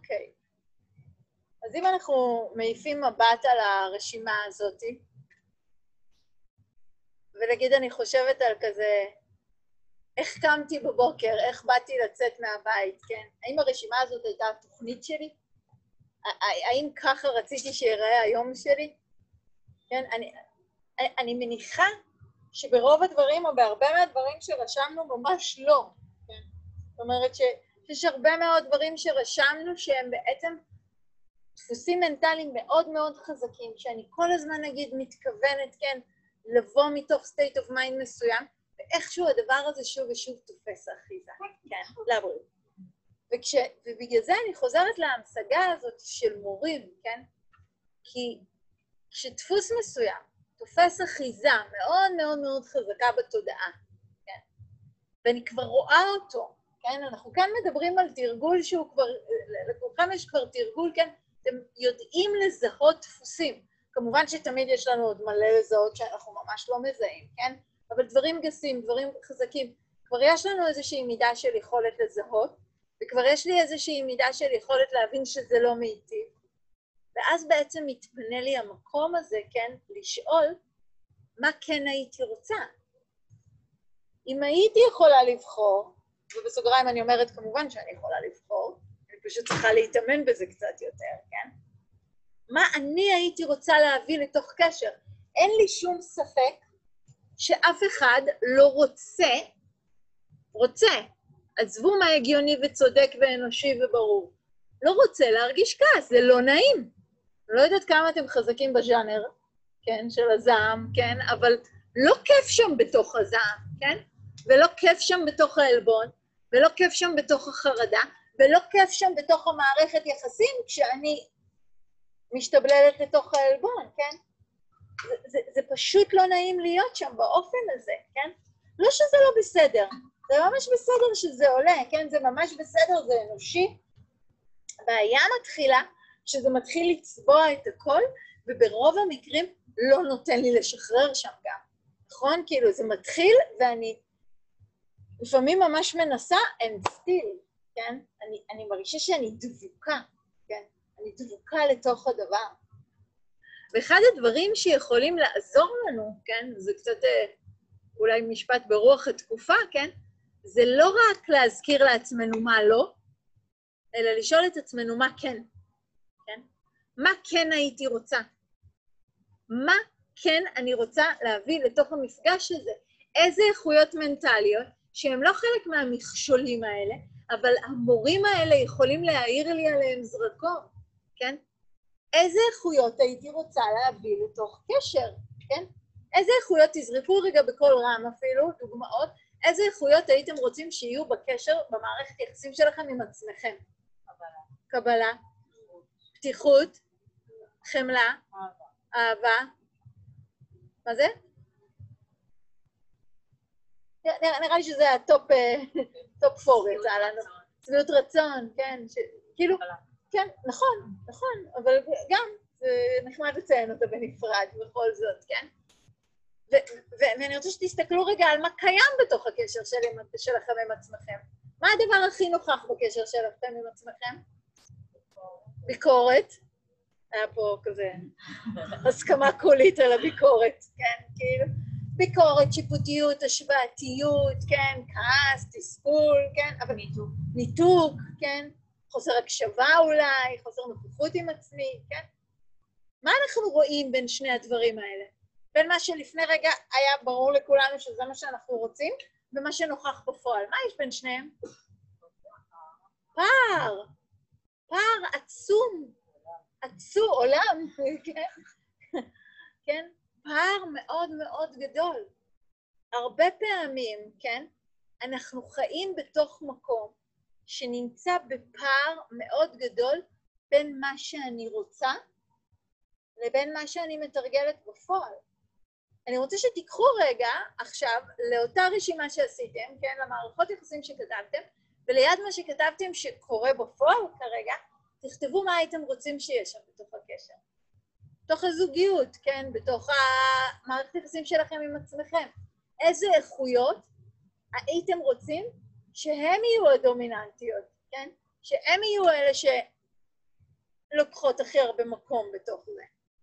אוקיי. אז אם אנחנו מעיפים מבט על הרשימה הזאת, ולהגיד אני חושבת על כזה, איך קמתי בבוקר, איך באתי לצאת מהבית, כן? האם הרשימה הזאת הייתה התוכנית שלי? האם ככה רציתי שיראה היום שלי? כן, אני מניחה שברוב הדברים או בהרבה מהדברים שרשמנו ממש לא. כן? זאת אומרת שיש הרבה מאוד דברים שרשמנו שהם בעצם דפוסים מנטליים מאוד מאוד חזקים, שאני כל הזמן נגיד מתכוונת, כן, לבוא מתוך state of mind מסוים, ואיכשהו הדבר הזה שוב ושוב תופס אחיזה, כן, לבריאות. ובגלל זה אני חוזרת להמשגה הזאת של מורים, כן? כי כשדפוס מסוים תופס אחיזה מאוד מאוד מאוד חזקה בתודעה, כן? ואני כבר רואה אותו, כן? אנחנו כאן מדברים על תרגול שהוא כבר, לכולכם יש כבר תרגול, כן? אתם יודעים לזהות דפוסים. כמובן שתמיד יש לנו עוד מלא לזהות שאנחנו ממש לא מזהים, כן? אבל דברים גסים, דברים חזקים, כבר יש לנו איזושהי מידה של יכולת לזהות, וכבר יש לי איזושהי מידה של יכולת להבין שזה לא מיטיב. ואז בעצם מתפנה לי המקום הזה, כן, לשאול מה כן הייתי רוצה. אם הייתי יכולה לבחור, ובסוגריים אני אומרת כמובן שאני יכולה לבחור, אני פשוט צריכה להתאמן בזה קצת יותר, כן? מה אני הייתי רוצה להביא לתוך קשר? אין לי שום ספק שאף אחד לא רוצה, עזבו מה הגיוני וצודק ואנושי וברור, לא רוצה להרגיש כעס, זה לא נעים. לא יודעת כמה אתם חזקים בז'אנר, כן, של הזעם, כן, אבל לא כיף שם בתוך הזעם, כן? ולא כיף שם בתוך העלבון, ולא כיף שם בתוך החרדה, ולא כיף שם בתוך המערכת יחסים כשאני משתבללת לתוך העלבון, כן? זה פשוט לא נעים להיות שם באופן הזה, כן? לא שזה לא בסדר, זה ממש בסדר שזה עולה, כן? זה ממש בסדר, זה אנושי. הבעיה מתחילה שזה מתחיל לצבוע את הכל, וברוב המקרים לא נותן לי לשחרר שם גם. נכון? כאילו זה מתחיל ואני לפעמים ממש מנסה and still, כן? אני מרגישה שאני דבוקה, כן? אני דבוקה לתוך הדבר. ואחד הדברים שיכולים לעזור לנו, כן? זה קצת אולי משפט ברוח התקופה, כן? זה לא רק להזכיר לעצמנו מה לא, אלא לשאול את עצמנו מה כן, כן? מה כן הייתי רוצה? מה כן אני רוצה להביא לתוך המפגש הזה? איזה איכויות מנטליות, שהם לא חלק מהמכשולים האלה, אבל המורים האלה יכולים להעיר לי עליהם זרקור, כן? איזה איכויות הייתי רוצה להביא לתוך קשר, כן? איזה איכויות, תזרקו רגע בכל רם אפילו, דוגמאות, איזה איכויות הייתם רוצים שיהיו בקשר, במערכת יחסים שלכם עם עצמכם? קבלה, פתיחות, חמלה, אהבה. מה זה? נראה לי שזה הטופ 4 יצא לנו. צביעות רצון, כן, כאילו, כן, נכון, אבל גם זה נחמד לציין אותה בנפרד בכל זאת, כן? ואני רוצה שתסתכלו רגע על מה קיים בתוך הקשר שלכם עם עצמכם. מה הדבר הכי נוכח בקשר שלכם עם עצמכם? ביקורת. היה פה כזה הסכמה קולית על הביקורת, כן? כאילו, ביקורת, שיפוטיות, השוואתיות, כן? כעס, תסכול, כן? אבל ניתוק, כן? חוסר הקשבה אולי, חוסר נוכחות עם עצמי, כן? מה אנחנו רואים בין שני הדברים האלה? בין מה שלפני רגע היה ברור לכולנו שזה מה שאנחנו רוצים, ומה שנוכח בפועל. מה יש בין שניהם? פער עצום, עולם, כן? כן? פער מאוד מאוד גדול. הרבה פעמים, כן? אנחנו חיים בתוך מקום שנמצא בפער מאוד גדול בין מה שאני רוצה לבין מה שאני מתרגלת בפועל. אני רוצה שתיקחו רגע עכשיו לאותה רשימה שעשיתם, כן? למערכות יחסים שכתבתם, וליד מה שכתבתם שקורה בפועל כרגע, תכתבו מה הייתם רוצים שיש שם בתוך הקשר. בתוך הזוגיות, כן? בתוך המערכת יחסים שלכם עם עצמכם. איזה איכויות הייתם רוצים שהם יהיו הדומיננטיות, כן? שהם יהיו אלה לוקחות הכי הרבה מקום בתוך זה.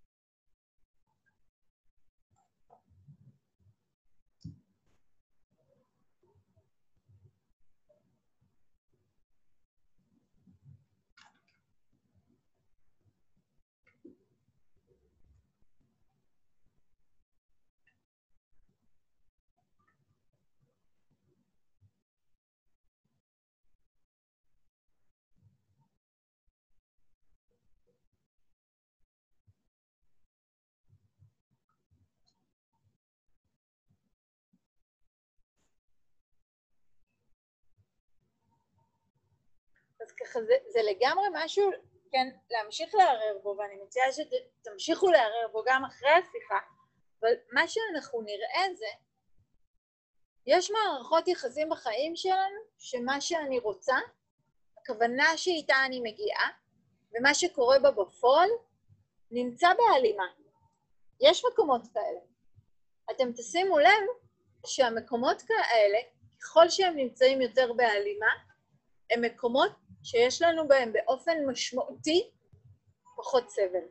אז ככה זה לגמרי משהו, כן, להמשיך לערער בו, ואני מציעה שתמשיכו לערער בו גם אחרי השיחה, אבל מה שאנחנו נראה זה, יש מערכות יחסים בחיים שלנו, שמה שאני רוצה, הכוונה שאיתה אני מגיעה, ומה שקורה בה בפועל, נמצא בהלימה. יש מקומות כאלה. אתם תשימו לב שהמקומות כאלה, ככל שהם נמצאים יותר בהלימה, הם מקומות שיש לנו בהם באופן משמעותי פחות סבל.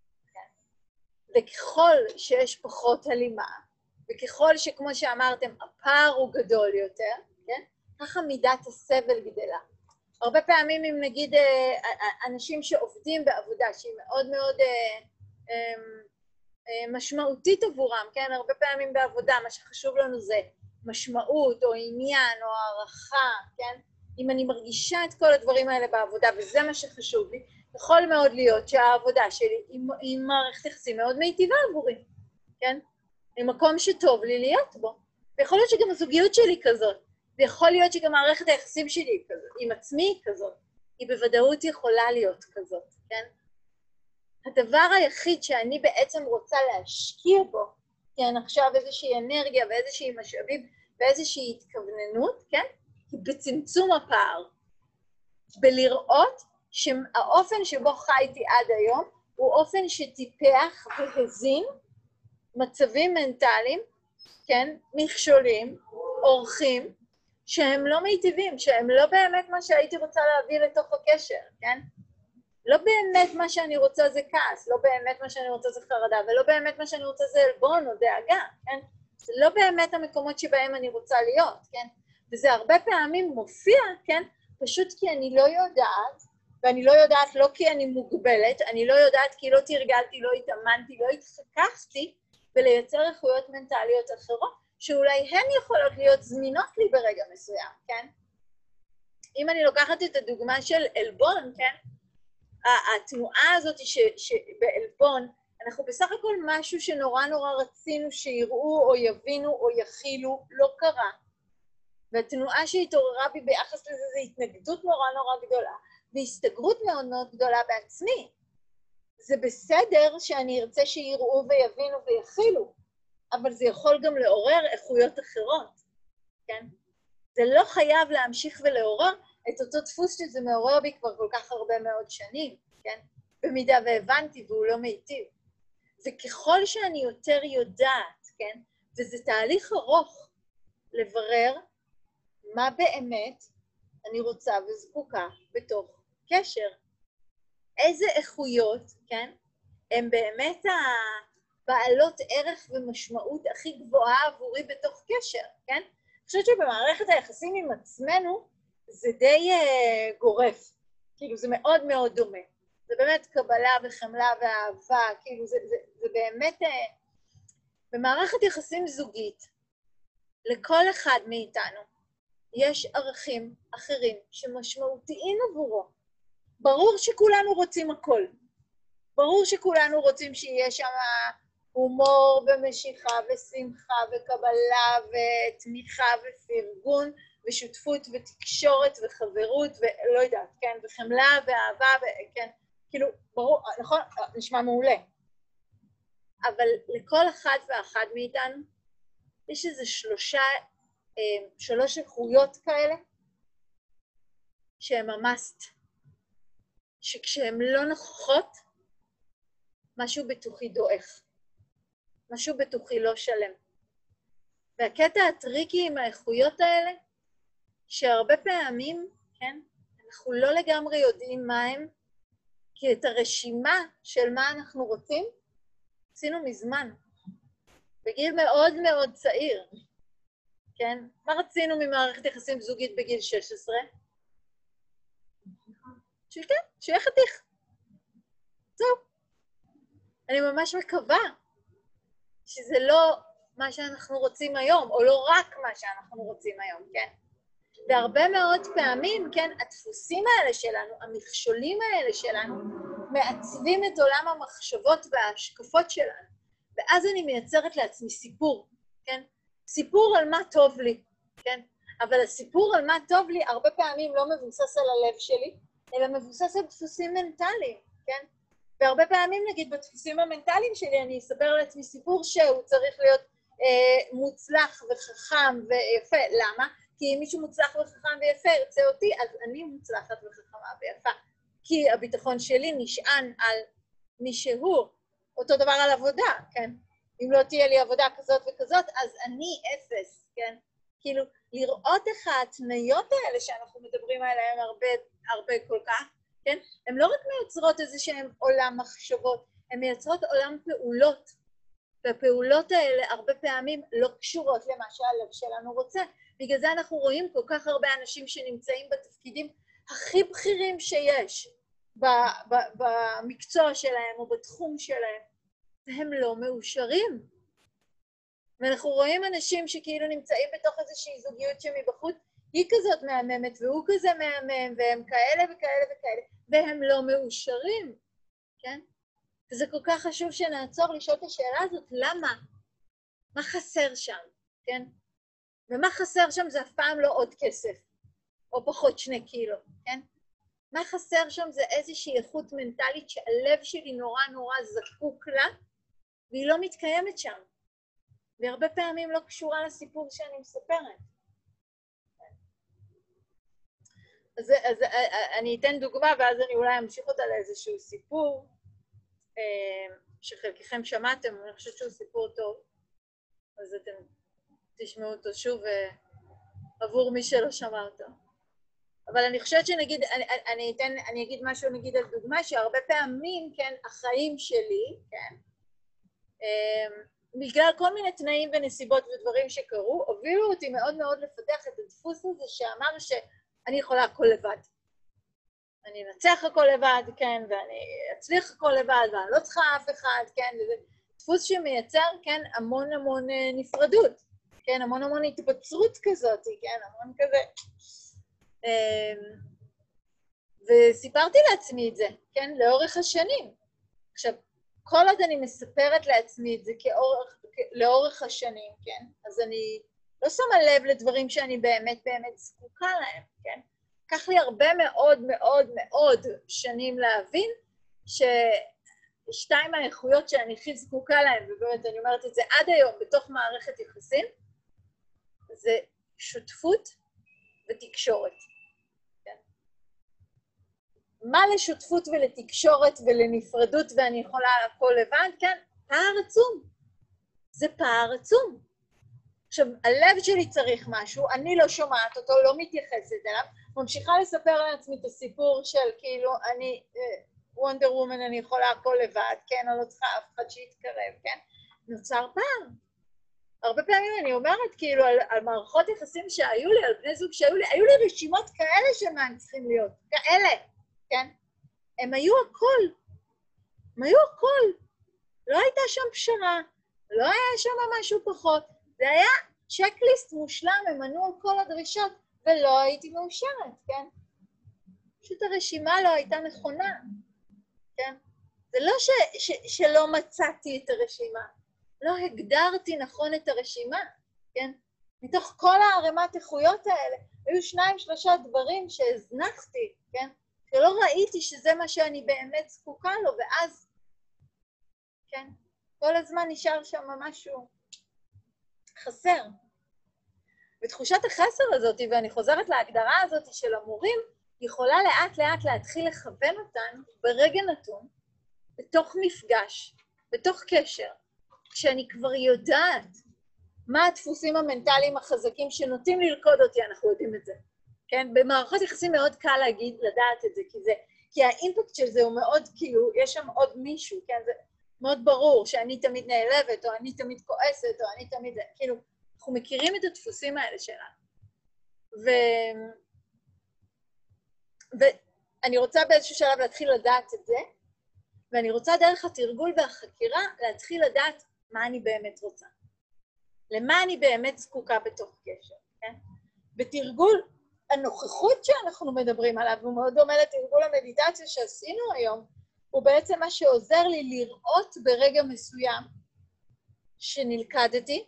וככל שיש פחות הלימה, וככל שכמו שאמרתם, הפער הוא גדול יותר, כן? ככה מידת הסבל גדלה. הרבה פעמים אם נגיד אנשים שעובדים בעבודה שהיא מאוד מאוד משמעותית עבורם, כן? הרבה פעמים בעבודה מה שחשוב לנו זה משמעות או עניין או הערכה, כן? אם אני מרגישה את כל הדברים האלה בעבודה וזה מה שחשוב לי, יכול מאוד להיות שהעבודה שלי היא מערכת יחסים מאוד מיטיבה עבורי, כן? היא מקום שטוב לי להיות בו. ויכול להיות שגם הזוגיות שלי כזאת, ויכול להיות שגם מערכת היחסים שלי כזאת, עם עצמי כזאת, היא בוודאות יכולה להיות כזאת, כן? הדבר היחיד שאני בעצם רוצה להשקיע בו, כן, עכשיו איזושהי אנרגיה ואיזושהי משאבים ואיזושהי התכווננות, כן? היא בצמצום הפער. בלראות שהאופן שבו חייתי עד היום הוא אופן שטיפח והזין מצבים מנטליים, כן, מכשולים, אורחים, שהם לא מיטיבים, שהם לא באמת מה שהייתי רוצה להביא לתוך הקשר, כן? לא באמת מה שאני רוצה זה כעס, לא באמת מה שאני רוצה זה חרדה, ולא באמת מה שאני רוצה זה עלבון או דאגה, כן? זה לא באמת המקומות שבהם אני רוצה להיות, כן? וזה הרבה פעמים מופיע, כן? פשוט כי אני לא יודעת, ואני לא יודעת לא כי אני מוגבלת, אני לא יודעת כי לא תרגלתי, לא התאמנתי, לא התחככתי, ולייצר איכויות מנטליות אחרות, שאולי הן יכולות להיות זמינות לי ברגע מסוים, כן? אם אני לוקחת את הדוגמה של עלבון, כן? התנועה הזאת שבעלבון, אנחנו בסך הכל משהו שנורא נורא רצינו שיראו או יבינו או יכילו, לא קרה. והתנועה שהתעוררה בי ביחס לזה זה התנגדות נורא נורא גדולה, והסתגרות מאוד מאוד גדולה בעצמי. זה בסדר שאני ארצה שיראו ויבינו ויכילו, אבל זה יכול גם לעורר איכויות אחרות, כן? זה לא חייב להמשיך ולעורר את אותו דפוס שזה מעורר בי כבר כל כך הרבה מאוד שנים, כן? במידה והבנתי והוא לא מיטיב. וככל שאני יותר יודעת, כן? וזה תהליך ארוך לברר מה באמת אני רוצה וזקוקה בתוך קשר. איזה איכויות, כן? הן באמת הבעלות ערך ומשמעות הכי גבוהה עבורי בתוך קשר, כן? אני חושבת שבמערכת היחסים עם עצמנו זה די גורף, כאילו זה מאוד מאוד דומה. זה באמת קבלה וחמלה ואהבה, כאילו זה באמת, במערכת יחסים זוגית, לכל אחד מאיתנו יש ערכים אחרים שמשמעותיים עבורו. ברור שכולנו רוצים הכל. ברור שכולנו רוצים שיהיה שם הומור ומשיכה ושמחה וקבלה ותמיכה ופרגון ושותפות ותקשורת וחברות ולא יודעת, כן, וחמלה ואהבה, כן, כאילו, ברור, נכון, נשמע מעולה. אבל לכל אחד ואחד מאיתנו יש איזה שלוש איכויות כאלה שהן המאסט, שכשהן לא נוכחות, משהו בתוכי דועך, משהו בתוכי לא שלם. והקטע הטריקי עם האיכויות האלה, שהרבה פעמים, כן, אנחנו לא לגמרי יודעים מה הם, כי את הרשימה של מה אנחנו רוצים, עשינו מזמן, בגיל מאוד מאוד צעיר, כן? מה רצינו ממערכת יחסים זוגית בגיל 16? שכן, שיהיה חתיך. זהו. אני ממש מקווה שזה לא מה שאנחנו רוצים היום, או לא רק מה שאנחנו רוצים היום, כן? והרבה מאוד פעמים, כן, הדפוסים האלה שלנו, המכשולים האלה שלנו, מעצבים את עולם המחשבות וההשקפות שלנו. ואז אני מייצרת לעצמי סיפור, כן? סיפור על מה טוב לי, כן? אבל הסיפור על מה טוב לי הרבה פעמים לא מבוסס על הלב שלי, אלא מבוסס על דפוסים מנטליים, כן? והרבה פעמים, נגיד, בדפוסים המנטליים שלי, אני אספר לעצמי סיפור שהוא צריך להיות מוצלח וחכם ויפה. למה? כי אם מישהו מוצלח וחכם ויפה ירצה אותי, אז אני מוצלחת וחכמה ויפה. כי הביטחון שלי נשען על מישהו, אותו דבר על עבודה, כן? אם לא תהיה לי עבודה כזאת וכזאת, אז אני אפס, כן? כאילו, לראות איך ההתניות האלה שאנחנו מדברים עליהן הרבה כל כך, כן? הן לא רק מייצרות איזה שהן עולם מחשבות, הן מייצרות עולם פעולות, והפעולות האלה הרבה פעמים לא קשורות למה שהלב שלנו רוצה. בגלל זה אנחנו רואים כל כך הרבה אנשים שנמצאים בתפקידים הכי בכירים שיש במקצוע שלהם או בתחום שלהם, והם לא מאושרים. ואנחנו רואים אנשים שכאילו נמצאים בתוך איזושהי זוגיות שמבחוץ, היא כזאת מהממת והוא כזה מהמם, והם כאלה וכאלה וכאלה, והם לא מאושרים, כן? וזה כל כך חשוב שנעצור לשאול את השאלה הזאת, למה? מה חסר שם, כן? ומה חסר שם זה אף פעם לא עוד כסף, או פחות 2 קילו, כן? מה חסר שם זה איזושהי איכות מנטלית שהלב שלי נורא נורא זקוק לה, והיא לא מתקיימת שם. והרבה פעמים לא קשורה לסיפור שאני מספרת. אז אני אתן דוגמה, ואז אני אולי אמשיך אותה לאיזשהו סיפור, שחלקכם שמעתם, אני חושבת שהוא סיפור טוב, אז אתם תשמעו אותו שוב עבור מי שלא שמע אותו. אבל אני חושבת שנגיד, אני אגיד משהו נגיד על דוגמה, שהרבה פעמים, כן, החיים שלי, כן, בגלל כל מיני תנאים ונסיבות ודברים שקרו, הובילו אותי מאוד מאוד לפתח את הדפוס הזה שאמר שאני יכולה הכל לבד. אני אנצח הכל לבד, כן, ואני אצליח הכל לבד, ואני לא צריכה אף אחד, כן, וזה דפוס שמייצר, כן, המון נפרדות, כן, המון התבצרות כזאת, כן, המון כזה. וסיפרתי לעצמי את זה, כן, לאורך השנים. עכשיו, כל עוד אני מספרת לעצמי את זה לאורך השנים, כן, אז אני לא שמה לב לדברים שאני באמת זקוקה להם, כן. לקח לי הרבה מאוד שנים להבין ששתיים מהאיכויות שאני הכי זקוקה להן, ובאמת אני אומרת את זה עד היום בתוך מערכת יחסים, זה שותפות ותקשורת. כן? מה לשותפות ולתקשורת ולנפרדות ואני יכולה הכל לבד? כן, פער עצום. זה פער עצום. עכשיו, הלב שלי צריך משהו, אני לא שומעת אותו, לא מתייחסת אליו, ממשיכה לספר לעצמי את הסיפור של כאילו, אני וונדר וומן, אני יכולה הכל לבד, כן, אני לא צריכה אף אחד שיתקרב, כן? נוצר פער. הרבה פעמים אני אומרת כאילו על מערכות יחסים שהיו לי, על בני זוג שהיו לי, היו לי רשימות כאלה שמה הם צריכים להיות, כאלה, כן? הם היו הכל. הם היו הכל. לא הייתה שם פשרה, לא היה שם משהו פחות. זה היה צ'קליסט מושלם, הם ענו על כל הדרישות, ולא הייתי מאושרת, כן? פשוט הרשימה לא הייתה נכונה, כן? זה לא שלא מצאתי את הרשימה, לא הגדרתי נכון את הרשימה, כן? מתוך כל הערימת איכויות האלה, היו 2-3 דברים שהזנחתי, כן? שלא ראיתי שזה מה שאני באמת זקוקה לו, ואז, כן? כל הזמן נשאר שם משהו חסר. ותחושת החסר הזאת, ואני חוזרת להגדרה הזאת של המורים, יכולה לאט לאט להתחיל לכוון אותנו ברגע נתון, בתוך מפגש, בתוך קשר, כשאני כבר יודעת מה הדפוסים המנטליים החזקים שנוטים ללכוד אותי, אנחנו יודעים את זה. כן? במערכות יחסים מאוד קל לדעת את זה, כי זה כי האימפקט של זה הוא מאוד, כאילו, יש שם עוד מישהו, כן? זה מאוד ברור שאני תמיד נעלבת, או אני תמיד כועסת, או אני תמיד, כאילו, אנחנו מכירים את הדפוסים האלה שלנו. ואני רוצה באיזשהו שלב להתחיל לדעת את זה, ואני רוצה דרך התרגול והחקירה להתחיל לדעת מה אני באמת רוצה. למה אני באמת זקוקה בתוך קשר, כן? בתרגול הנוכחות שאנחנו מדברים עליו, הוא מאוד דומה לתרגול המדיטציה שעשינו היום, הוא בעצם מה שעוזר לי לראות ברגע מסוים שנלכדתי,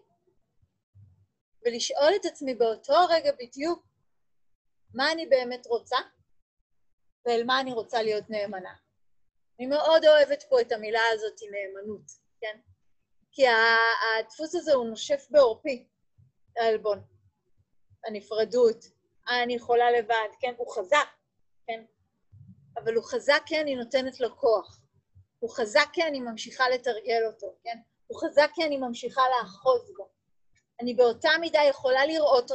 ולשאול את עצמי באותו רגע בדיוק מה אני באמת רוצה, ואל מה אני רוצה להיות נאמנה. אני מאוד אוהבת פה את המילה הזאת, נאמנות, כן? כי הדפוס הזה הוא נושף בעורפי, העלבון, הנפרדות, אני יכולה לבד, כן? הוא חזק, כן? אבל הוא חזק כי אני נותנת לו כוח. הוא חזק כי אני ממשיכה לתרגל אותו, כן? הוא חזק כי אני ממשיכה לאחוז בו. אני באותה מידה יכולה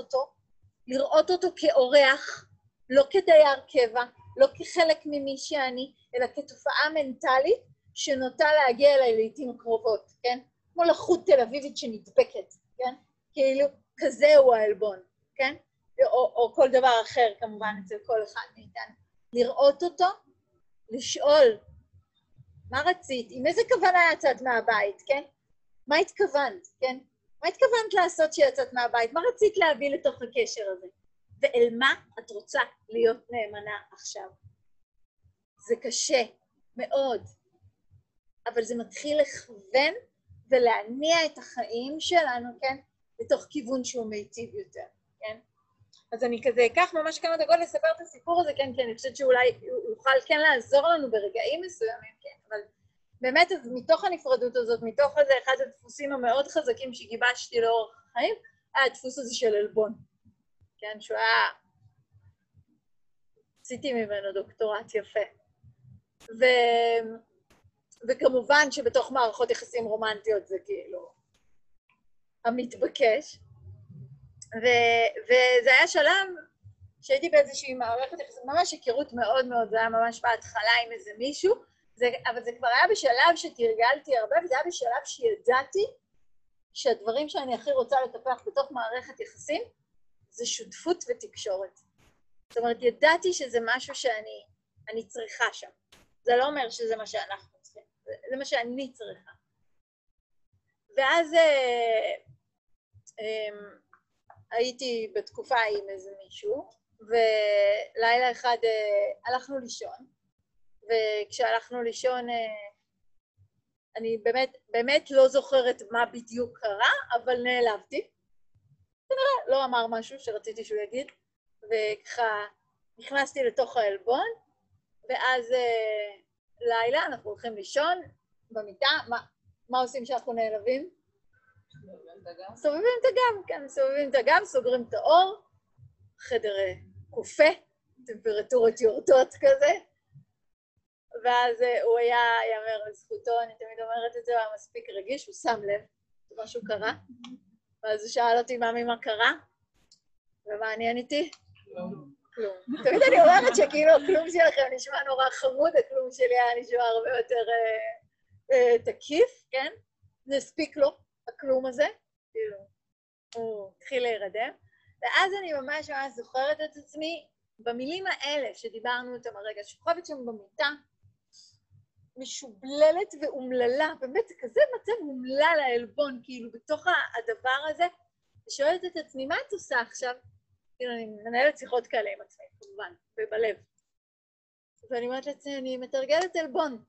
לראות אותו כאורח, לא כדייר קבע, לא כחלק ממי שאני, אלא כתופעה מנטלית שנוטה להגיע אליי לעתים קרובות, כן? כמו לחוט תל אביבית שנדבקת, כן? כאילו, כזה הוא העלבון, כן? או כל דבר אחר, כמובן, אצל כל אחד מאיתנו. לראות אותו, לשאול, מה רצית? עם איזה כוונה יצאת מהבית, כן? מה התכוונת, כן? מה התכוונת לעשות שיצאת מהבית? מה רצית להביא לתוך הקשר הזה? ואל מה את רוצה להיות נאמנה עכשיו? זה קשה, מאוד, אבל זה מתחיל לכוון ולהניע את החיים שלנו, כן? לתוך כיוון שהוא מיטיב יותר, כן? אז אני כזה אקח ממש כמה דקות לספר את הסיפור הזה, כן? כי אני חושבת שאולי הוא יוכל כן לעזור לנו ברגעים מסוימים, כן? אבל באמת, אז מתוך הנפרדות הזאת, מתוך איזה אחד הדפוסים המאוד חזקים שגיבשתי לאורך החיים, היה הדפוס הזה של עלבון, כן? שהוא היה... עשיתי ממנו דוקטורט יפה. וכמובן שבתוך מערכות יחסים רומנטיות זה כאילו המתבקש. וזה היה שלב שהייתי באיזושהי מערכת יחסים, ממש היכרות מאוד מאוד, זה היה ממש בהתחלה עם איזה מישהו, אבל זה כבר היה בשלב שתרגלתי הרבה, וזה היה בשלב שידעתי שהדברים שאני הכי רוצה לטפח בתוך מערכת יחסים זה שותפות ותקשורת. זאת אומרת, ידעתי שזה משהו שאני צריכה שם. זה לא אומר שזה מה שאנחנו צריכים, זה מה שאני צריכה. ואז הייתי בתקופה עם איזה מישהו, ולילה אחד הלכנו לישון, וכשהלכנו לישון, אני באמת לא זוכרת מה בדיוק קרה, אבל נעלבתי. כנראה לא אמר משהו שרציתי שהוא יגיד, וככה נכנסתי לתוך העלבון, ואז לילה אנחנו הולכים לישון במיטה, מה עושים כשאנחנו נעלבים? סובבים את הגב, כן, סובבים את הגב, סוגרים את האור, חדר קופה, טמפרטורות יורדות כזה, ואז הוא היה, יאמר לזכותו, אני תמיד אומרת את זה, הוא היה מספיק רגיש, הוא שם לב שמשהו קרה, ואז הוא שאל אותי, מאמי, מה קרה? ומה עניין איתי? כלום. תמיד אני אומרת שכאילו הכלום שלכם נשמע נורא חמוד, הכלום שלי היה נשמע הרבה יותר תקיף, כן? זה הספיק לו, הכלום הזה, כאילו, הוא התחיל להירדם, ואז אני ממש זוכרת את עצמי במילים האלה שדיברנו אותם הרגע, שוכבת שם במיטה, משובללת ואומללה, באמת זה כזה מצב אומלל העלבון, כאילו בתוך הדבר הזה, ושואלת את עצמי, מה את עושה עכשיו? כאילו אני מנהלת שיחות כאלה עם עצמי, כמובן, ובלב. ואני אומרת לעצמי, אני מתרגלת עלבון.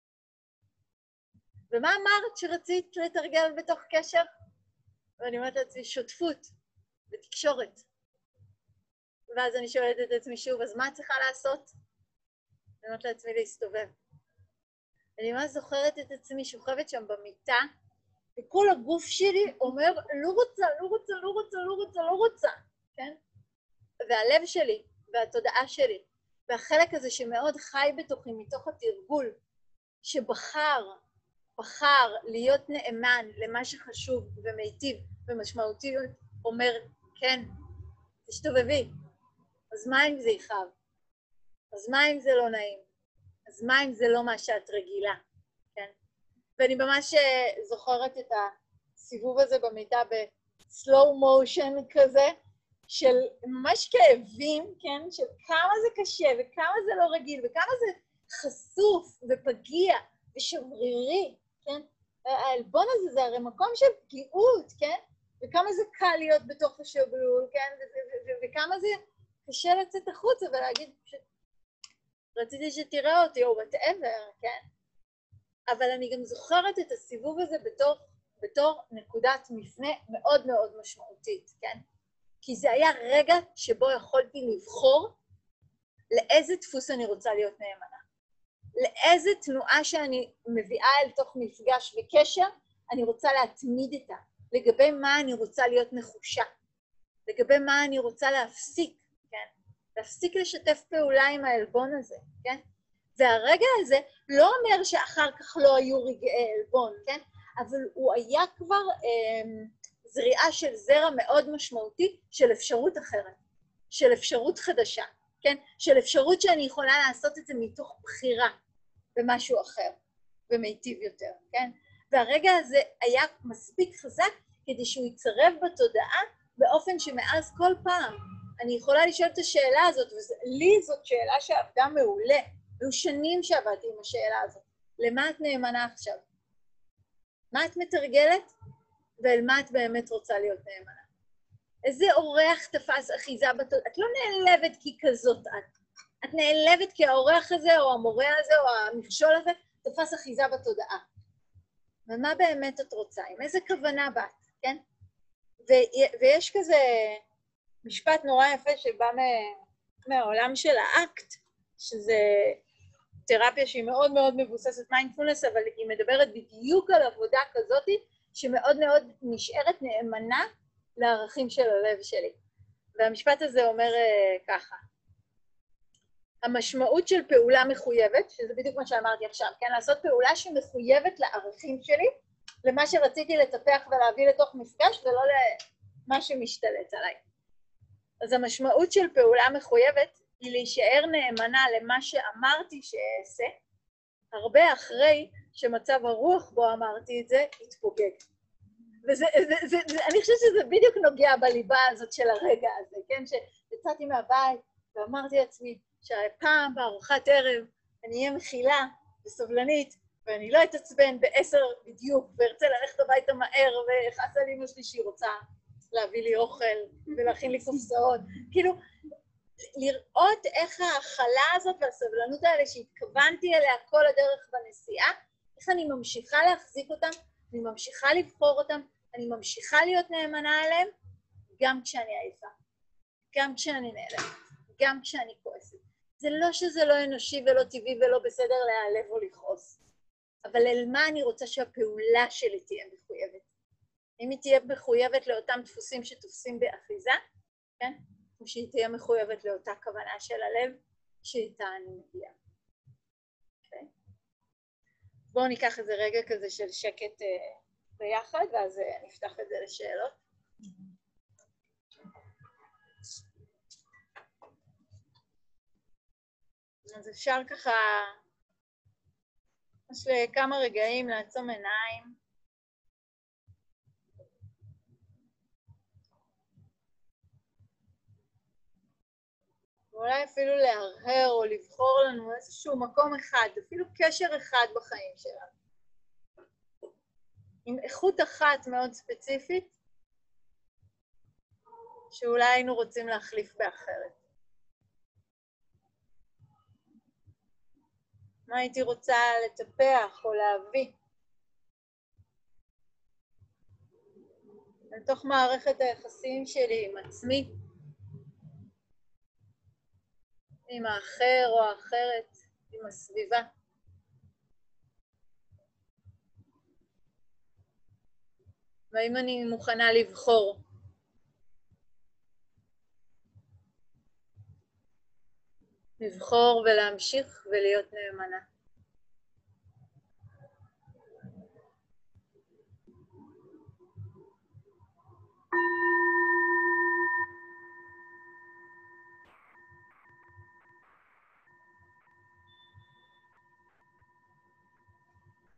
ומה אמרת שרצית לתרגל בתוך קשר? ואני אומרת לעצמי, שותפות ותקשורת. ואז אני שואלת את עצמי שוב, אז מה את צריכה לעשות? אני אומרת לעצמי להסתובב. אני ממש זוכרת את עצמי שוכבת שם במיטה, וכל הגוף שלי אומר, לא רוצה, לא רוצה, לא רוצה, לא רוצה, לא רוצה, כן? והלב שלי, והתודעה שלי, והחלק הזה שמאוד חי בתוכי, מתוך התרגול, שבחר להיות נאמן למה שחשוב ומיטיב ומשמעותי, אומר, כן, תשתובבי. אז מה אם זה יכאב? אז מה אם זה לא נעים? אז מה אם זה לא מה שאת רגילה, כן? ואני ממש זוכרת את הסיבוב הזה במיטה בסלואו מושן כזה, של ממש כאבים, כן? של כמה זה קשה וכמה זה לא רגיל וכמה זה חשוף ופגיע ושברירי, כן? העלבון הזה זה הרי מקום של פגיעות, כן? וכמה זה קל להיות בתוך השבלול, כן? וכמה זה קשה לצאת החוצה ולהגיד, רציתי שתראה אותי או whatever, כן? אבל אני גם זוכרת את הסיבוב הזה בתור נקודת מפנה מאוד מאוד משמעותית, כן? כי זה היה רגע שבו יכולתי לבחור לאיזה דפוס אני רוצה להיות נאמנה. לאיזה תנועה שאני מביאה אל תוך מפגש וקשר, אני רוצה להתמיד איתה. לגבי מה אני רוצה להיות נחושה. לגבי מה אני רוצה להפסיק, כן? להפסיק לשתף פעולה עם העלבון הזה, כן? והרגע הזה לא אומר שאחר כך לא היו רגעי עלבון, כן? אבל הוא היה כבר זריעה של זרע מאוד משמעותי של אפשרות אחרת, של אפשרות חדשה, כן? של אפשרות שאני יכולה לעשות את זה מתוך בחירה במשהו אחר ומיטיב יותר, כן? והרגע הזה היה מספיק חזק כדי שהוא יצרב בתודעה באופן שמאז כל פעם אני יכולה לשאול את השאלה הזאת, ולי זאת שאלה שעבדה מעולה, היו שנים שעבדתי עם השאלה הזאת, למה את נאמנה עכשיו? מה את מתרגלת? ואל מה את באמת רוצה להיות נאמנה? איזה אורח תפס אחיזה בתודעה? את לא נעלבת כי כזאת את נעלבת כי האורח הזה או המורה הזה או המכשול הזה תפס אחיזה בתודעה. ומה באמת את רוצה? עם איזה כוונה באת, כן? ויש כזה משפט נורא יפה שבא מהעולם של האקט, שזה תרפיה שהיא מאוד מאוד מבוססת מיינדפולנס, אבל היא מדברת בדיוק על עבודה כזאת שמאוד מאוד נשארת נאמנה לערכים של הלב שלי. והמשפט הזה אומר ככה, המשמעות של פעולה מחויבת, שזה בדיוק מה שאמרתי עכשיו, כן? לעשות פעולה שמחויבת לערכים שלי, למה שרציתי לטפח ולהביא לתוך מפגש, ולא למה שמשתלט עליי. אז המשמעות של פעולה מחויבת היא להישאר נאמנה למה שאמרתי שאעשה, הרבה אחרי שמצב הרוח בו אמרתי את זה, התפוגג. אני חושבת שזה בדיוק נוגע בליבה הזאת של הרגע הזה, כן? שיצאתי מהבית ואמרתי לעצמי שהפעם בארוחת ערב אני אהיה מכילה וסובלנית, ואני לא אתעצבן ב10 בדיוק, וארצה ללכת הביתה מהר, ואחת על אמא שלי שהיא רוצה להביא לי אוכל ולהכין לי קופסאות. כאילו, לראות איך ההכלה הזאת והסבלנות האלה שהתכוונתי אליה כל הדרך בנסיעה, איך אני ממשיכה להחזיק אותם, אני ממשיכה לבחור אותם, אני ממשיכה להיות נאמנה עליהם, גם כשאני עייפה, גם כשאני נעלמת, גם כשאני כועסת. זה לא שזה לא אנושי ולא טבעי ולא בסדר להיעלב או לכעוס, אבל אל מה אני רוצה שהפעולה שלי תהיה מחויבת? אם היא תהיה מחויבת לאותם דפוסים שתופסים באחיזה, כן? או שהיא תהיה מחויבת לאותה כוונה של הלב שאיתה אני מגיעה. Okay? בואו ניקח איזה רגע כזה של שקט ביחד, ואז נפתח את זה לשאלות. אז אפשר ככה, יש לכמה רגעים לעצום עיניים. ואולי אפילו להרהר או לבחור לנו איזשהו מקום אחד, אפילו קשר אחד בחיים שלנו. עם איכות אחת מאוד ספציפית, שאולי היינו רוצים להחליף באחרת. מה הייתי רוצה לטפח או להביא? לתוך מערכת היחסים שלי עם עצמי, עם האחר או האחרת, עם הסביבה. והאם אני מוכנה לבחור? לבחור ולהמשיך ולהיות נאמנה.